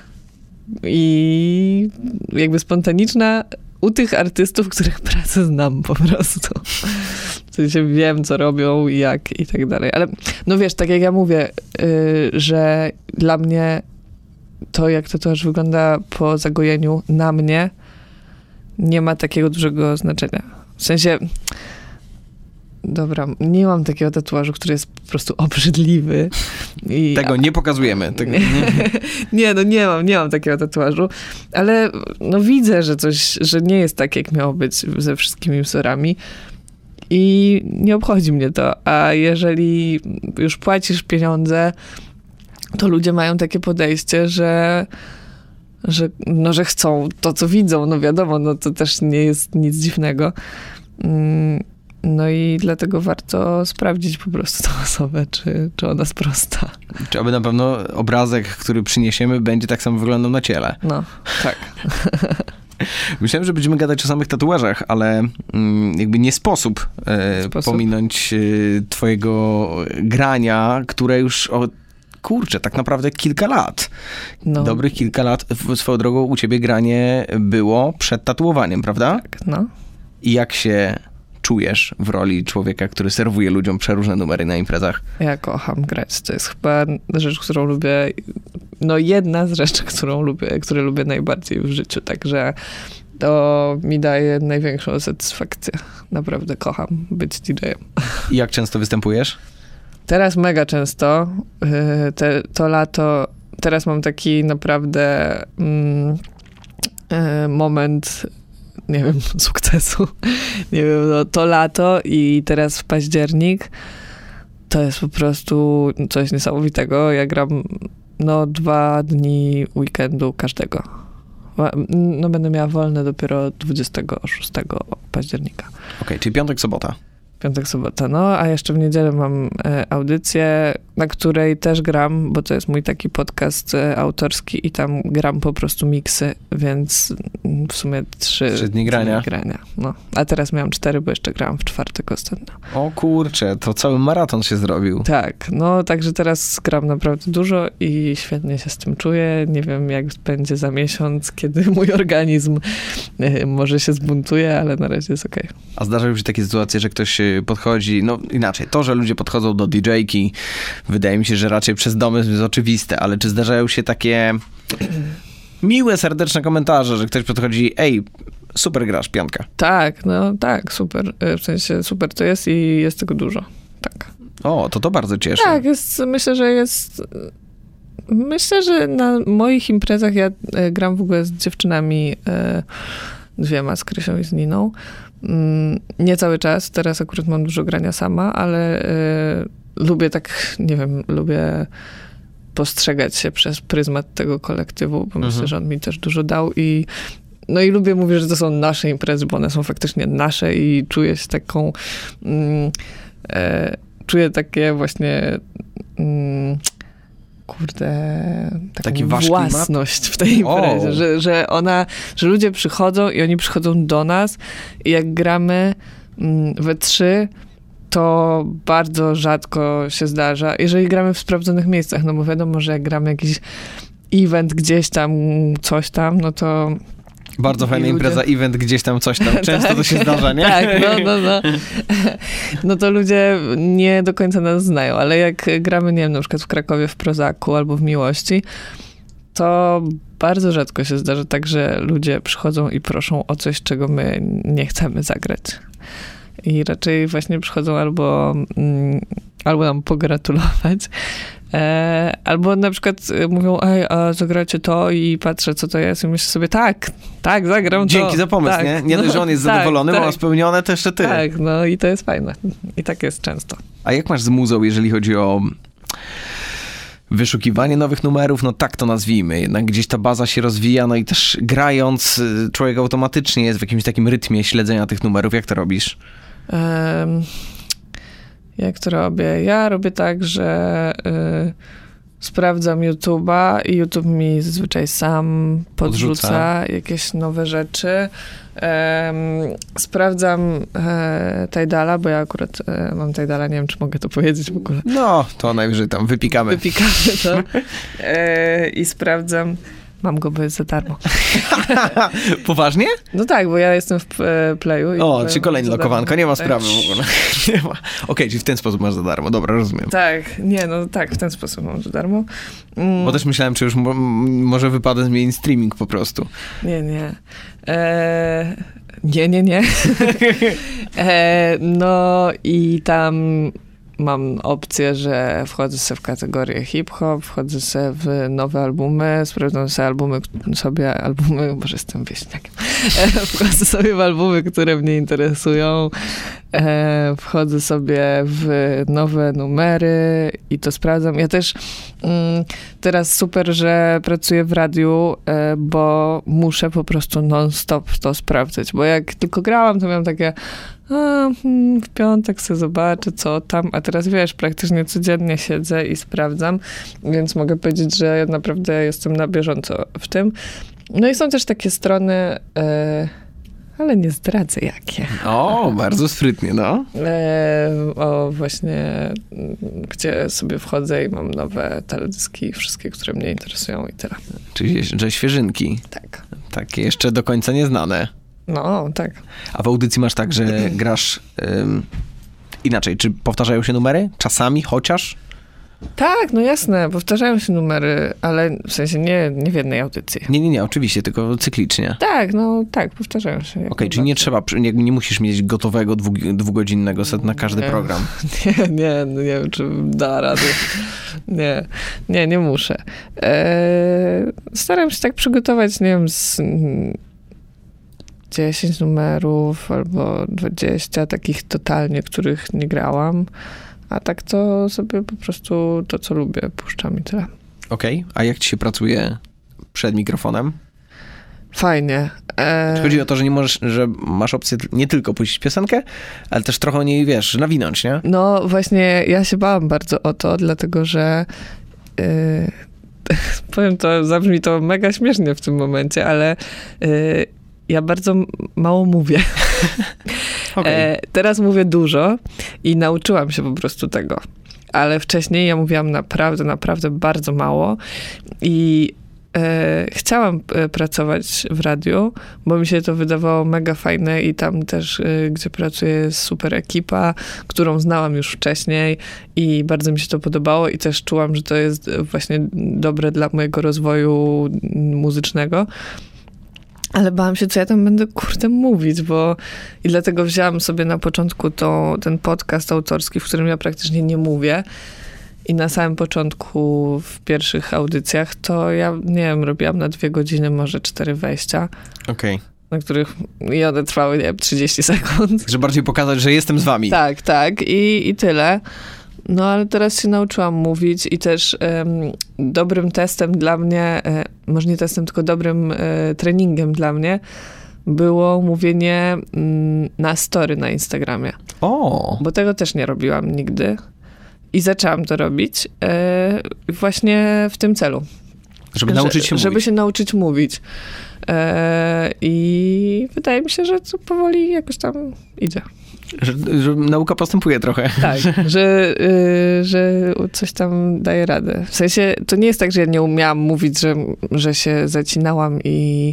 i jakby spontaniczna u tych artystów, których pracę znam po prostu. W sensie wiem, co robią, jak i tak dalej. Ale no wiesz, tak jak ja mówię, że dla mnie to, jak tatuaż wygląda po zagojeniu na mnie, nie ma takiego dużego znaczenia. W sensie, dobra, nie mam takiego tatuażu, który jest po prostu obrzydliwy. Tego nie pokazujemy. Nie mam takiego tatuażu, ale no widzę, że nie jest tak, jak miało być ze wszystkimi wzorami i nie obchodzi mnie to. A jeżeli już płacisz pieniądze, to ludzie mają takie podejście, że chcą to, co widzą. No wiadomo, no to też nie jest nic dziwnego. No i dlatego warto sprawdzić po prostu tą osobę, czy ona sprosta. Czy aby na pewno obrazek, który przyniesiemy, będzie tak samo wyglądał na ciele. No, tak. Myślałem, że będziemy gadać o samych tatuażach, ale jakby nie sposób pominąć twojego grania, które już tak naprawdę kilka lat. No. Dobrych kilka lat. Swoją drogą u ciebie granie było przed tatuowaniem, prawda? Tak, no. I jak się czujesz w roli człowieka, który serwuje ludziom przeróżne numery na imprezach? Ja kocham grać. To jest chyba rzecz, którą lubię, no jedna z rzeczy, które lubię najbardziej w życiu. Także to mi daje największą satysfakcję. Naprawdę kocham być DJ-em. I jak często występujesz? Teraz mega często. To lato, teraz mam taki naprawdę moment, nie wiem, sukcesu. Nie wiem, no, to lato i teraz w październik to jest po prostu coś niesamowitego. Ja gram 2 dni weekendu każdego. No będę miała wolne dopiero 26 października. Okej, czyli piątek, sobota. Piątek, sobota, no, a jeszcze w niedzielę mam audycję, na której też gram, bo to jest mój taki podcast autorski i tam gram po prostu miksy, więc w sumie 3 dni grania. No, a teraz miałam 4, bo jeszcze grałam w czwartek ostatnio. O kurczę, to cały maraton się zrobił. Tak, no, także teraz gram naprawdę dużo i świetnie się z tym czuję. Nie wiem, jak będzie za miesiąc, kiedy mój organizm może się zbuntuje, ale na razie jest okej. A zdarzają się takie sytuacje, że ktoś podchodzi, no inaczej, to, że ludzie podchodzą do DJ-ki, wydaje mi się, że raczej przez domy jest oczywiste, ale czy zdarzają się takie miłe, serdeczne komentarze, że ktoś podchodzi, ej, super grasz, piątka. Tak, no tak, super. W sensie super to jest i jest tego dużo. Tak. O, to bardzo cieszy. Tak, myślę, że na moich imprezach ja gram w ogóle z dziewczynami, 2, z Krysią i z Niną. Nie cały czas, teraz akurat mam dużo grania sama, ale lubię tak, nie wiem, lubię postrzegać się przez pryzmat tego kolektywu, bo myślę, że on mi też dużo dał i lubię mówić, że to są nasze imprezy, bo one są faktycznie nasze i czuję się taką czuję takie właśnie taką własność w tej imprezie, że ludzie przychodzą i oni przychodzą do nas i jak gramy we 3, to bardzo rzadko się zdarza. Jeżeli gramy w sprawdzonych miejscach, no bo wiadomo, że jak gramy jakiś event gdzieś tam, coś tam, no to... Bardzo fajna impreza, event gdzieś tam, coś tam. Często to się zdarza, nie? Tak, no. No to ludzie nie do końca nas znają, ale jak gramy, nie wiem, na przykład w Krakowie w Prozaku albo w Miłości, to bardzo rzadko się zdarza tak, że ludzie przychodzą i proszą o coś, czego my nie chcemy zagrać. I raczej właśnie przychodzą albo nam pogratulować, albo na przykład mówią, a zagracie to i patrzę, co to jest i myślę sobie, tak, zagram to. Dzięki za pomysł, nie? Nie dość, że on jest zadowolony, ma spełnione, to jeszcze ty. Tak, no i to jest fajne. I tak jest często. A jak masz z muzą, jeżeli chodzi o wyszukiwanie nowych numerów? No tak to nazwijmy. Jednak gdzieś ta baza się rozwija, no i też grając człowiek automatycznie jest w jakimś takim rytmie śledzenia tych numerów. Jak to robisz? Jak to robię? Ja robię tak, że sprawdzam YouTube'a i YouTube mi zazwyczaj sam podrzuca jakieś nowe rzeczy. Sprawdzam Tidala, bo ja akurat mam Tidala, nie wiem, czy mogę to powiedzieć w ogóle. No, to najwyżej tam wypikamy to. I sprawdzam. Mam go, bo jest za darmo. Poważnie? No tak, bo ja jestem w Playu. Czy kolejny lokowanko, nie ma sprawy w ogóle. Okej, czyli w ten sposób masz za darmo, dobra, rozumiem. Tak, w ten sposób mam za darmo. Bo też myślałem, czy już może wypada zmienić streaming po prostu. Nie. Nie. No i tam mam opcję, że wchodzę sobie w kategorię hip-hop, wchodzę sobie w nowe albumy, sprawdzam sobie albumy, boże, jestem wieśniakiem. Wchodzę sobie w albumy, które mnie interesują, wchodzę sobie w nowe numery i to sprawdzam. Ja też teraz super, że pracuję w radiu, bo muszę po prostu non-stop to sprawdzać, bo jak tylko grałam, to miałam takie w piątek sobie zobaczę, co tam, a teraz wiesz, praktycznie codziennie siedzę i sprawdzam, więc mogę powiedzieć, że ja naprawdę jestem na bieżąco w tym. No i są też takie strony, ale nie zdradzę jakie. O, bardzo sprytnie, no. Właśnie, gdzie sobie wchodzę i mam nowe teledyski, wszystkie, które mnie interesują i tyle. Czyli, że świeżynki. Tak. Takie jeszcze do końca nieznane. No, tak. A w audycji masz tak, że grasz inaczej? Czy powtarzają się numery? Czasami, chociaż? Tak, no jasne, powtarzają się numery, ale w sensie nie w jednej audycji. Nie, oczywiście, tylko cyklicznie. Tak, powtarzają się. Okej, czyli nie musisz mieć gotowego dwugodzinnego set na każdy program. Nie wiem, czy da radę. Nie muszę. Staram się tak przygotować, nie wiem, z 10 numerów albo 20, takich totalnie, których nie grałam. A tak to sobie po prostu to, co lubię, puszczam i tyle. Okej, a jak ci się pracuje przed mikrofonem? Fajnie. Chodzi o to, że nie możesz, że masz opcję nie tylko puścić piosenkę, ale też trochę o niej, wiesz, nawinąć, nie? No właśnie, ja się bałam bardzo o to, dlatego że powiem to, zabrzmi to mega śmiesznie w tym momencie, ale ja bardzo mało mówię. Okay. Teraz mówię dużo i nauczyłam się po prostu tego. Ale wcześniej ja mówiłam naprawdę bardzo mało i chciałam pracować w radiu, bo mi się to wydawało mega fajne i tam też, gdzie pracuję, jest super ekipa, którą znałam już wcześniej i bardzo mi się to podobało i też czułam, że to jest właśnie dobre dla mojego rozwoju muzycznego. Ale bałam się, co ja tam będę, mówić, i dlatego wzięłam sobie na początku ten podcast autorski, w którym ja praktycznie nie mówię. I na samym początku, w pierwszych audycjach, to ja, nie wiem, robiłam na 2 godziny, może 4 wejścia. Okej. Na których one trwały, nie wiem, 30 sekund. Żeby bardziej pokazać, że jestem z wami. Tak. I tyle. No, ale teraz się nauczyłam mówić i też dobrym testem dla mnie, może nie testem, tylko dobrym treningiem dla mnie było mówienie na story na Instagramie. O! Bo tego też nie robiłam nigdy. I zaczęłam to robić właśnie w tym celu. Żeby nauczyć się mówić. Żeby się nauczyć mówić. I wydaje mi się, że to powoli jakoś tam idzie. Że nauka postępuje trochę. Tak, że coś tam daje radę. W sensie, to nie jest tak, że ja nie umiałam mówić, że się zacinałam i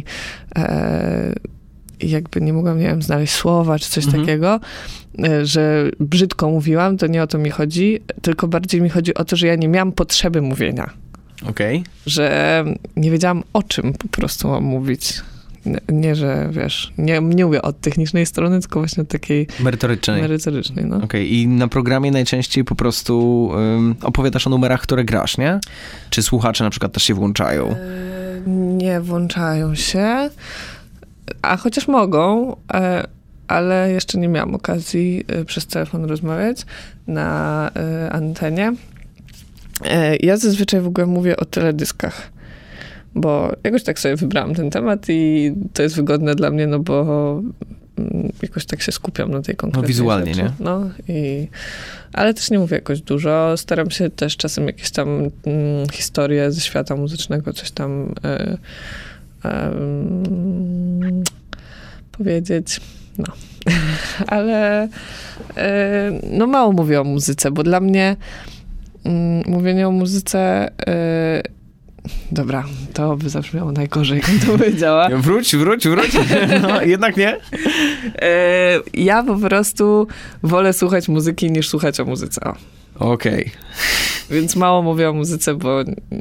jakby nie mogłam, nie wiem, znaleźć słowa czy coś takiego, że brzydko mówiłam, to nie o to mi chodzi, tylko bardziej mi chodzi o to, że ja nie miałam potrzeby mówienia. Okej. Że nie wiedziałam, o czym po prostu mam mówić. Nie, że wiesz, nie mówię od technicznej strony, tylko właśnie od takiej merytorycznej, no. Okej. I na programie najczęściej po prostu opowiadasz o numerach, które grasz, nie? Czy słuchacze na przykład też się włączają? Nie włączają się, a chociaż mogą, ale jeszcze nie miałam okazji przez telefon rozmawiać na antenie. Ja zazwyczaj w ogóle mówię o teledyskach, bo jakoś tak sobie wybrałam ten temat i to jest wygodne dla mnie, no bo jakoś tak się skupiam na tej konkretnej wizualnie, rzeczy. nie? No, ale też nie mówię jakoś dużo. Staram się też czasem jakieś tam historie ze świata muzycznego, coś tam powiedzieć. No. Ale no mało mówię o muzyce, bo dla mnie mówienie o muzyce dobra, to by zabrzmiało najgorzej, jak to powiedziała. Wróć. No, jednak nie? Ja po prostu wolę słuchać muzyki niż słuchać o muzyce. Okej. Więc mało mówię o muzyce, bo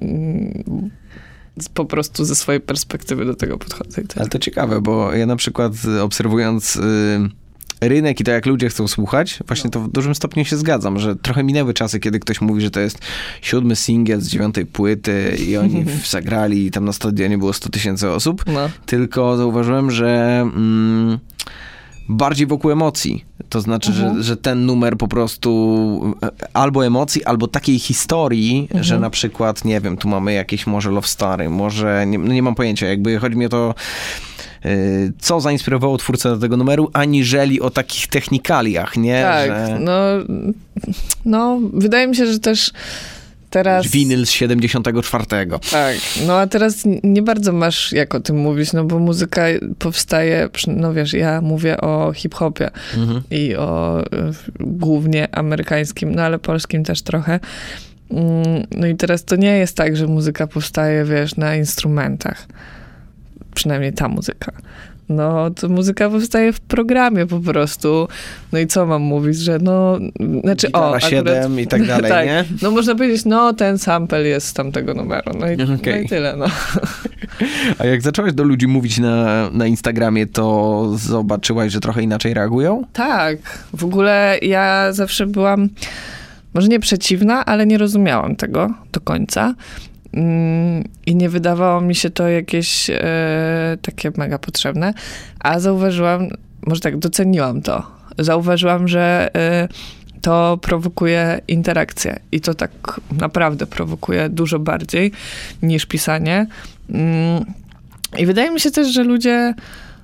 po prostu ze swojej perspektywy do tego podchodzę. Ale to ciekawe, bo ja na przykład obserwując rynek i to, jak ludzie chcą słuchać, właśnie to w dużym stopniu się zgadzam, że trochę minęły czasy, kiedy ktoś mówi, że to jest 7. singiel z 9. płyty i oni zagrali i tam na stadionie było 100 000 osób, tylko zauważyłem, że bardziej wokół emocji. To znaczy, że ten numer po prostu albo emocji, albo takiej historii, że na przykład, nie wiem, tu mamy jakieś może love story, może, nie mam pojęcia, jakby chodzi mi o to, co zainspirowało twórcę do tego numeru, aniżeli o takich technikaliach, nie? Tak, że... no, wydaje mi się, że też teraz... Winyl z 74. Tak, no a teraz nie bardzo masz jak o tym mówić, no bo muzyka powstaje, no wiesz, ja mówię o hip-hopie i o głównie amerykańskim, no ale polskim też trochę. No i teraz to nie jest tak, że muzyka powstaje, wiesz, na instrumentach. Przynajmniej ta muzyka. No, to muzyka powstaje w programie po prostu. No i co mam mówić, że no... Znaczy, Gitara 7 i tak dalej, tak, nie? No można powiedzieć, no ten sample jest z tamtego numeru. No i tyle, no. A jak zaczęłaś do ludzi mówić na Instagramie, to zobaczyłaś, że trochę inaczej reagują? Tak. W ogóle ja zawsze byłam, może nie przeciwna, ale nie rozumiałam tego do końca. I nie wydawało mi się to jakieś takie mega potrzebne, a zauważyłam, może tak, doceniłam to. Zauważyłam, że to prowokuje interakcję i to tak naprawdę prowokuje dużo bardziej niż pisanie. I wydaje mi się też, że ludzie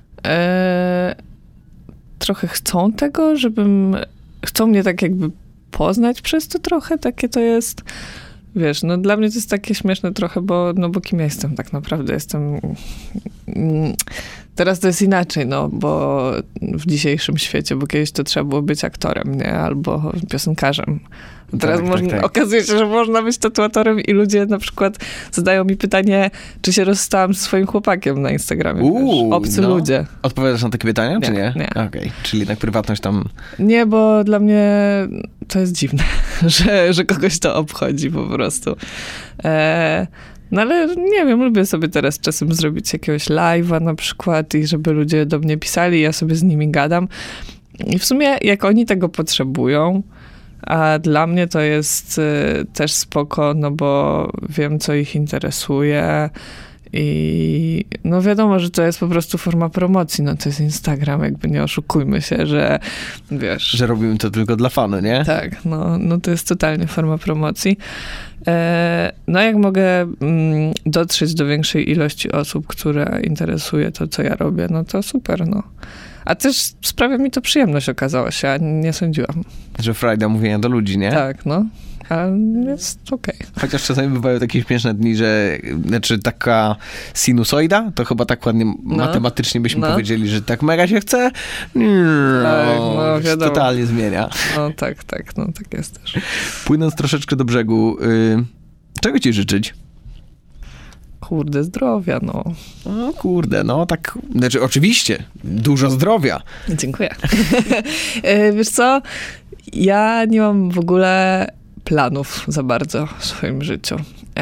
trochę chcą tego, chcą mnie tak jakby poznać przez to trochę, takie to jest... Wiesz, no dla mnie to jest takie śmieszne trochę, bo kim ja jestem tak naprawdę? Teraz to jest inaczej, no, bo w dzisiejszym świecie, bo kiedyś to trzeba było być aktorem, nie? Albo piosenkarzem. Teraz okazuje się, że można być tatuatorem i ludzie na przykład zadają mi pytanie, czy się rozstałam ze swoim chłopakiem na Instagramie. Obcy ludzie. Odpowiadasz na takie pytania, czy nie? Nie. Okej. Czyli jednak prywatność tam... Nie, bo dla mnie to jest dziwne, że kogoś to obchodzi po prostu. No ale nie wiem, lubię sobie teraz czasem zrobić jakiegoś live'a na przykład i żeby ludzie do mnie pisali, ja sobie z nimi gadam. I w sumie jak oni tego potrzebują, a dla mnie to jest też spoko, no bo wiem, co ich interesuje I no wiadomo, że to jest po prostu forma promocji, no to jest Instagram, jakby nie oszukujmy się, że wiesz... Że robimy to tylko dla fanu, nie? Tak, no to jest totalnie forma promocji. No jak mogę dotrzeć do większej ilości osób, które interesuje to, co ja robię, no to super, no. A też sprawia mi to przyjemność, okazało się, a nie sądziłam. Że frajda mówienia do ludzi, nie? Tak, no. Ale jest okej. Chociaż czasami bywają takie śmieszne dni, że znaczy taka sinusoida, to chyba tak ładnie matematycznie byśmy powiedzieli, że tak mega się chce, no, się totalnie zmienia. No tak jest też. Płynąc troszeczkę do brzegu, czego ci życzyć? Kurde, zdrowia, no. No kurde, no tak, znaczy oczywiście, dużo zdrowia. Dziękuję. Wiesz co, ja nie mam w ogóle planów za bardzo w swoim życiu.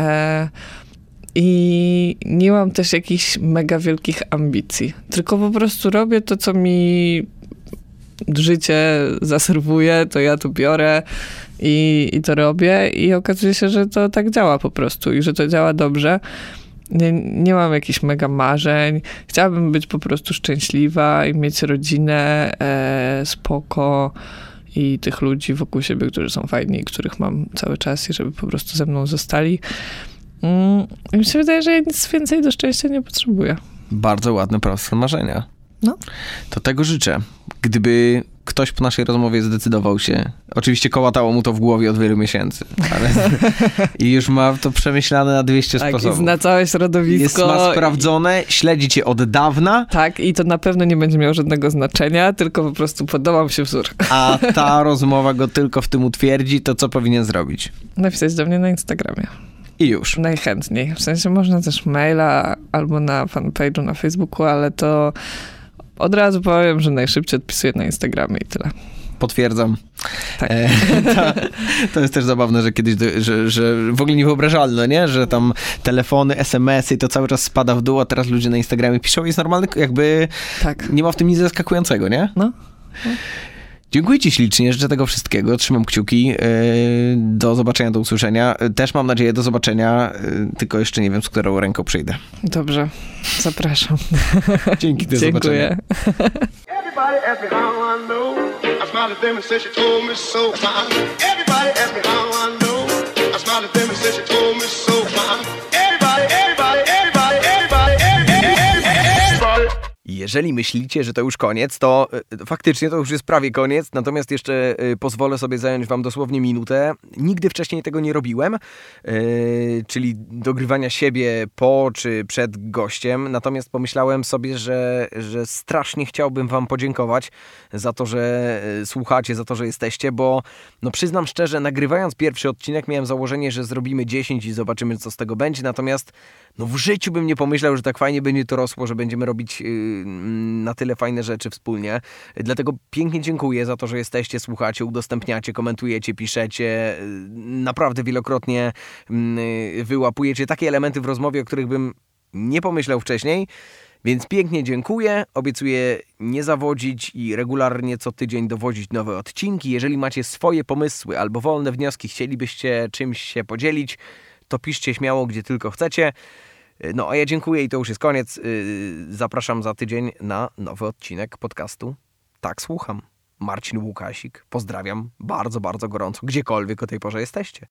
I nie mam też jakichś mega wielkich ambicji. Tylko po prostu robię to, co mi życie zaserwuje, to ja to biorę i to robię i okazuje się, że to tak działa po prostu i że to działa dobrze. Nie mam jakichś mega marzeń. Chciałabym być po prostu szczęśliwa i mieć rodzinę, spoko i tych ludzi wokół siebie, którzy są fajni i których mam cały czas i żeby po prostu ze mną zostali. I mi się wydaje, że ja nic więcej do szczęścia nie potrzebuję. Bardzo ładne, proste marzenia. No. To tego życzę. Gdyby ktoś po naszej rozmowie zdecydował się, oczywiście kołatało mu to w głowie od wielu miesięcy, ale i już ma to przemyślane na 200 sposobów. Tak, i zna całe środowisko. Ma sprawdzone, śledzi cię od dawna. Tak, i to na pewno nie będzie miało żadnego znaczenia, tylko po prostu podoba mu się wzór. A ta rozmowa go tylko w tym utwierdzi, to co powinien zrobić? Napisać do mnie na Instagramie. I już. Najchętniej. W sensie można też maila albo na fanpage'u na Facebooku, ale to od razu powiem, że najszybciej odpisuję na Instagramie i tyle. Potwierdzam. Tak. To jest też zabawne, że kiedyś, że w ogóle niewyobrażalne, nie? Że tam telefony, SMS-y i to cały czas spada w dół, a teraz ludzie na Instagramie piszą, jest normalny, jakby tak. Nie ma w tym nic zaskakującego, nie? No. Dziękuję ci ślicznie, życzę tego wszystkiego, trzymam kciuki, do zobaczenia, do usłyszenia. Też mam nadzieję do zobaczenia, tylko jeszcze nie wiem, z którą ręką przyjdę. Dobrze, zapraszam. Dzięki, do Dziękuję. Everybody ask me how I know. I smiled at them and said she told me so. Everybody ask me how I know. I smiled at them and said she told me so. Jeżeli myślicie, że to już koniec, to faktycznie to już jest prawie koniec, natomiast jeszcze pozwolę sobie zająć wam dosłownie minutę. Nigdy wcześniej tego nie robiłem, czyli dogrywania siebie po czy przed gościem, natomiast pomyślałem sobie, że strasznie chciałbym wam podziękować za to, że słuchacie, za to, że jesteście, bo no przyznam szczerze, nagrywając pierwszy odcinek miałem założenie, że zrobimy 10 i zobaczymy, co z tego będzie, natomiast no w życiu bym nie pomyślał, że tak fajnie będzie to rosło, że będziemy robić na tyle fajne rzeczy wspólnie. Dlatego pięknie dziękuję za to, że jesteście, słuchacie, udostępniacie, komentujecie, piszecie. Naprawdę wielokrotnie wyłapujecie takie elementy w rozmowie, o których bym nie pomyślał wcześniej. Więc pięknie dziękuję. Obiecuję nie zawodzić i regularnie co tydzień dowodzić nowe odcinki. Jeżeli macie swoje pomysły albo wolne wnioski, chcielibyście czymś się podzielić, to piszcie śmiało, gdzie tylko chcecie. No a ja dziękuję i to już jest koniec. Zapraszam za tydzień na nowy odcinek podcastu Tak Słucham. Marcin Łukasik. Pozdrawiam bardzo, bardzo gorąco, gdziekolwiek o tej porze jesteście.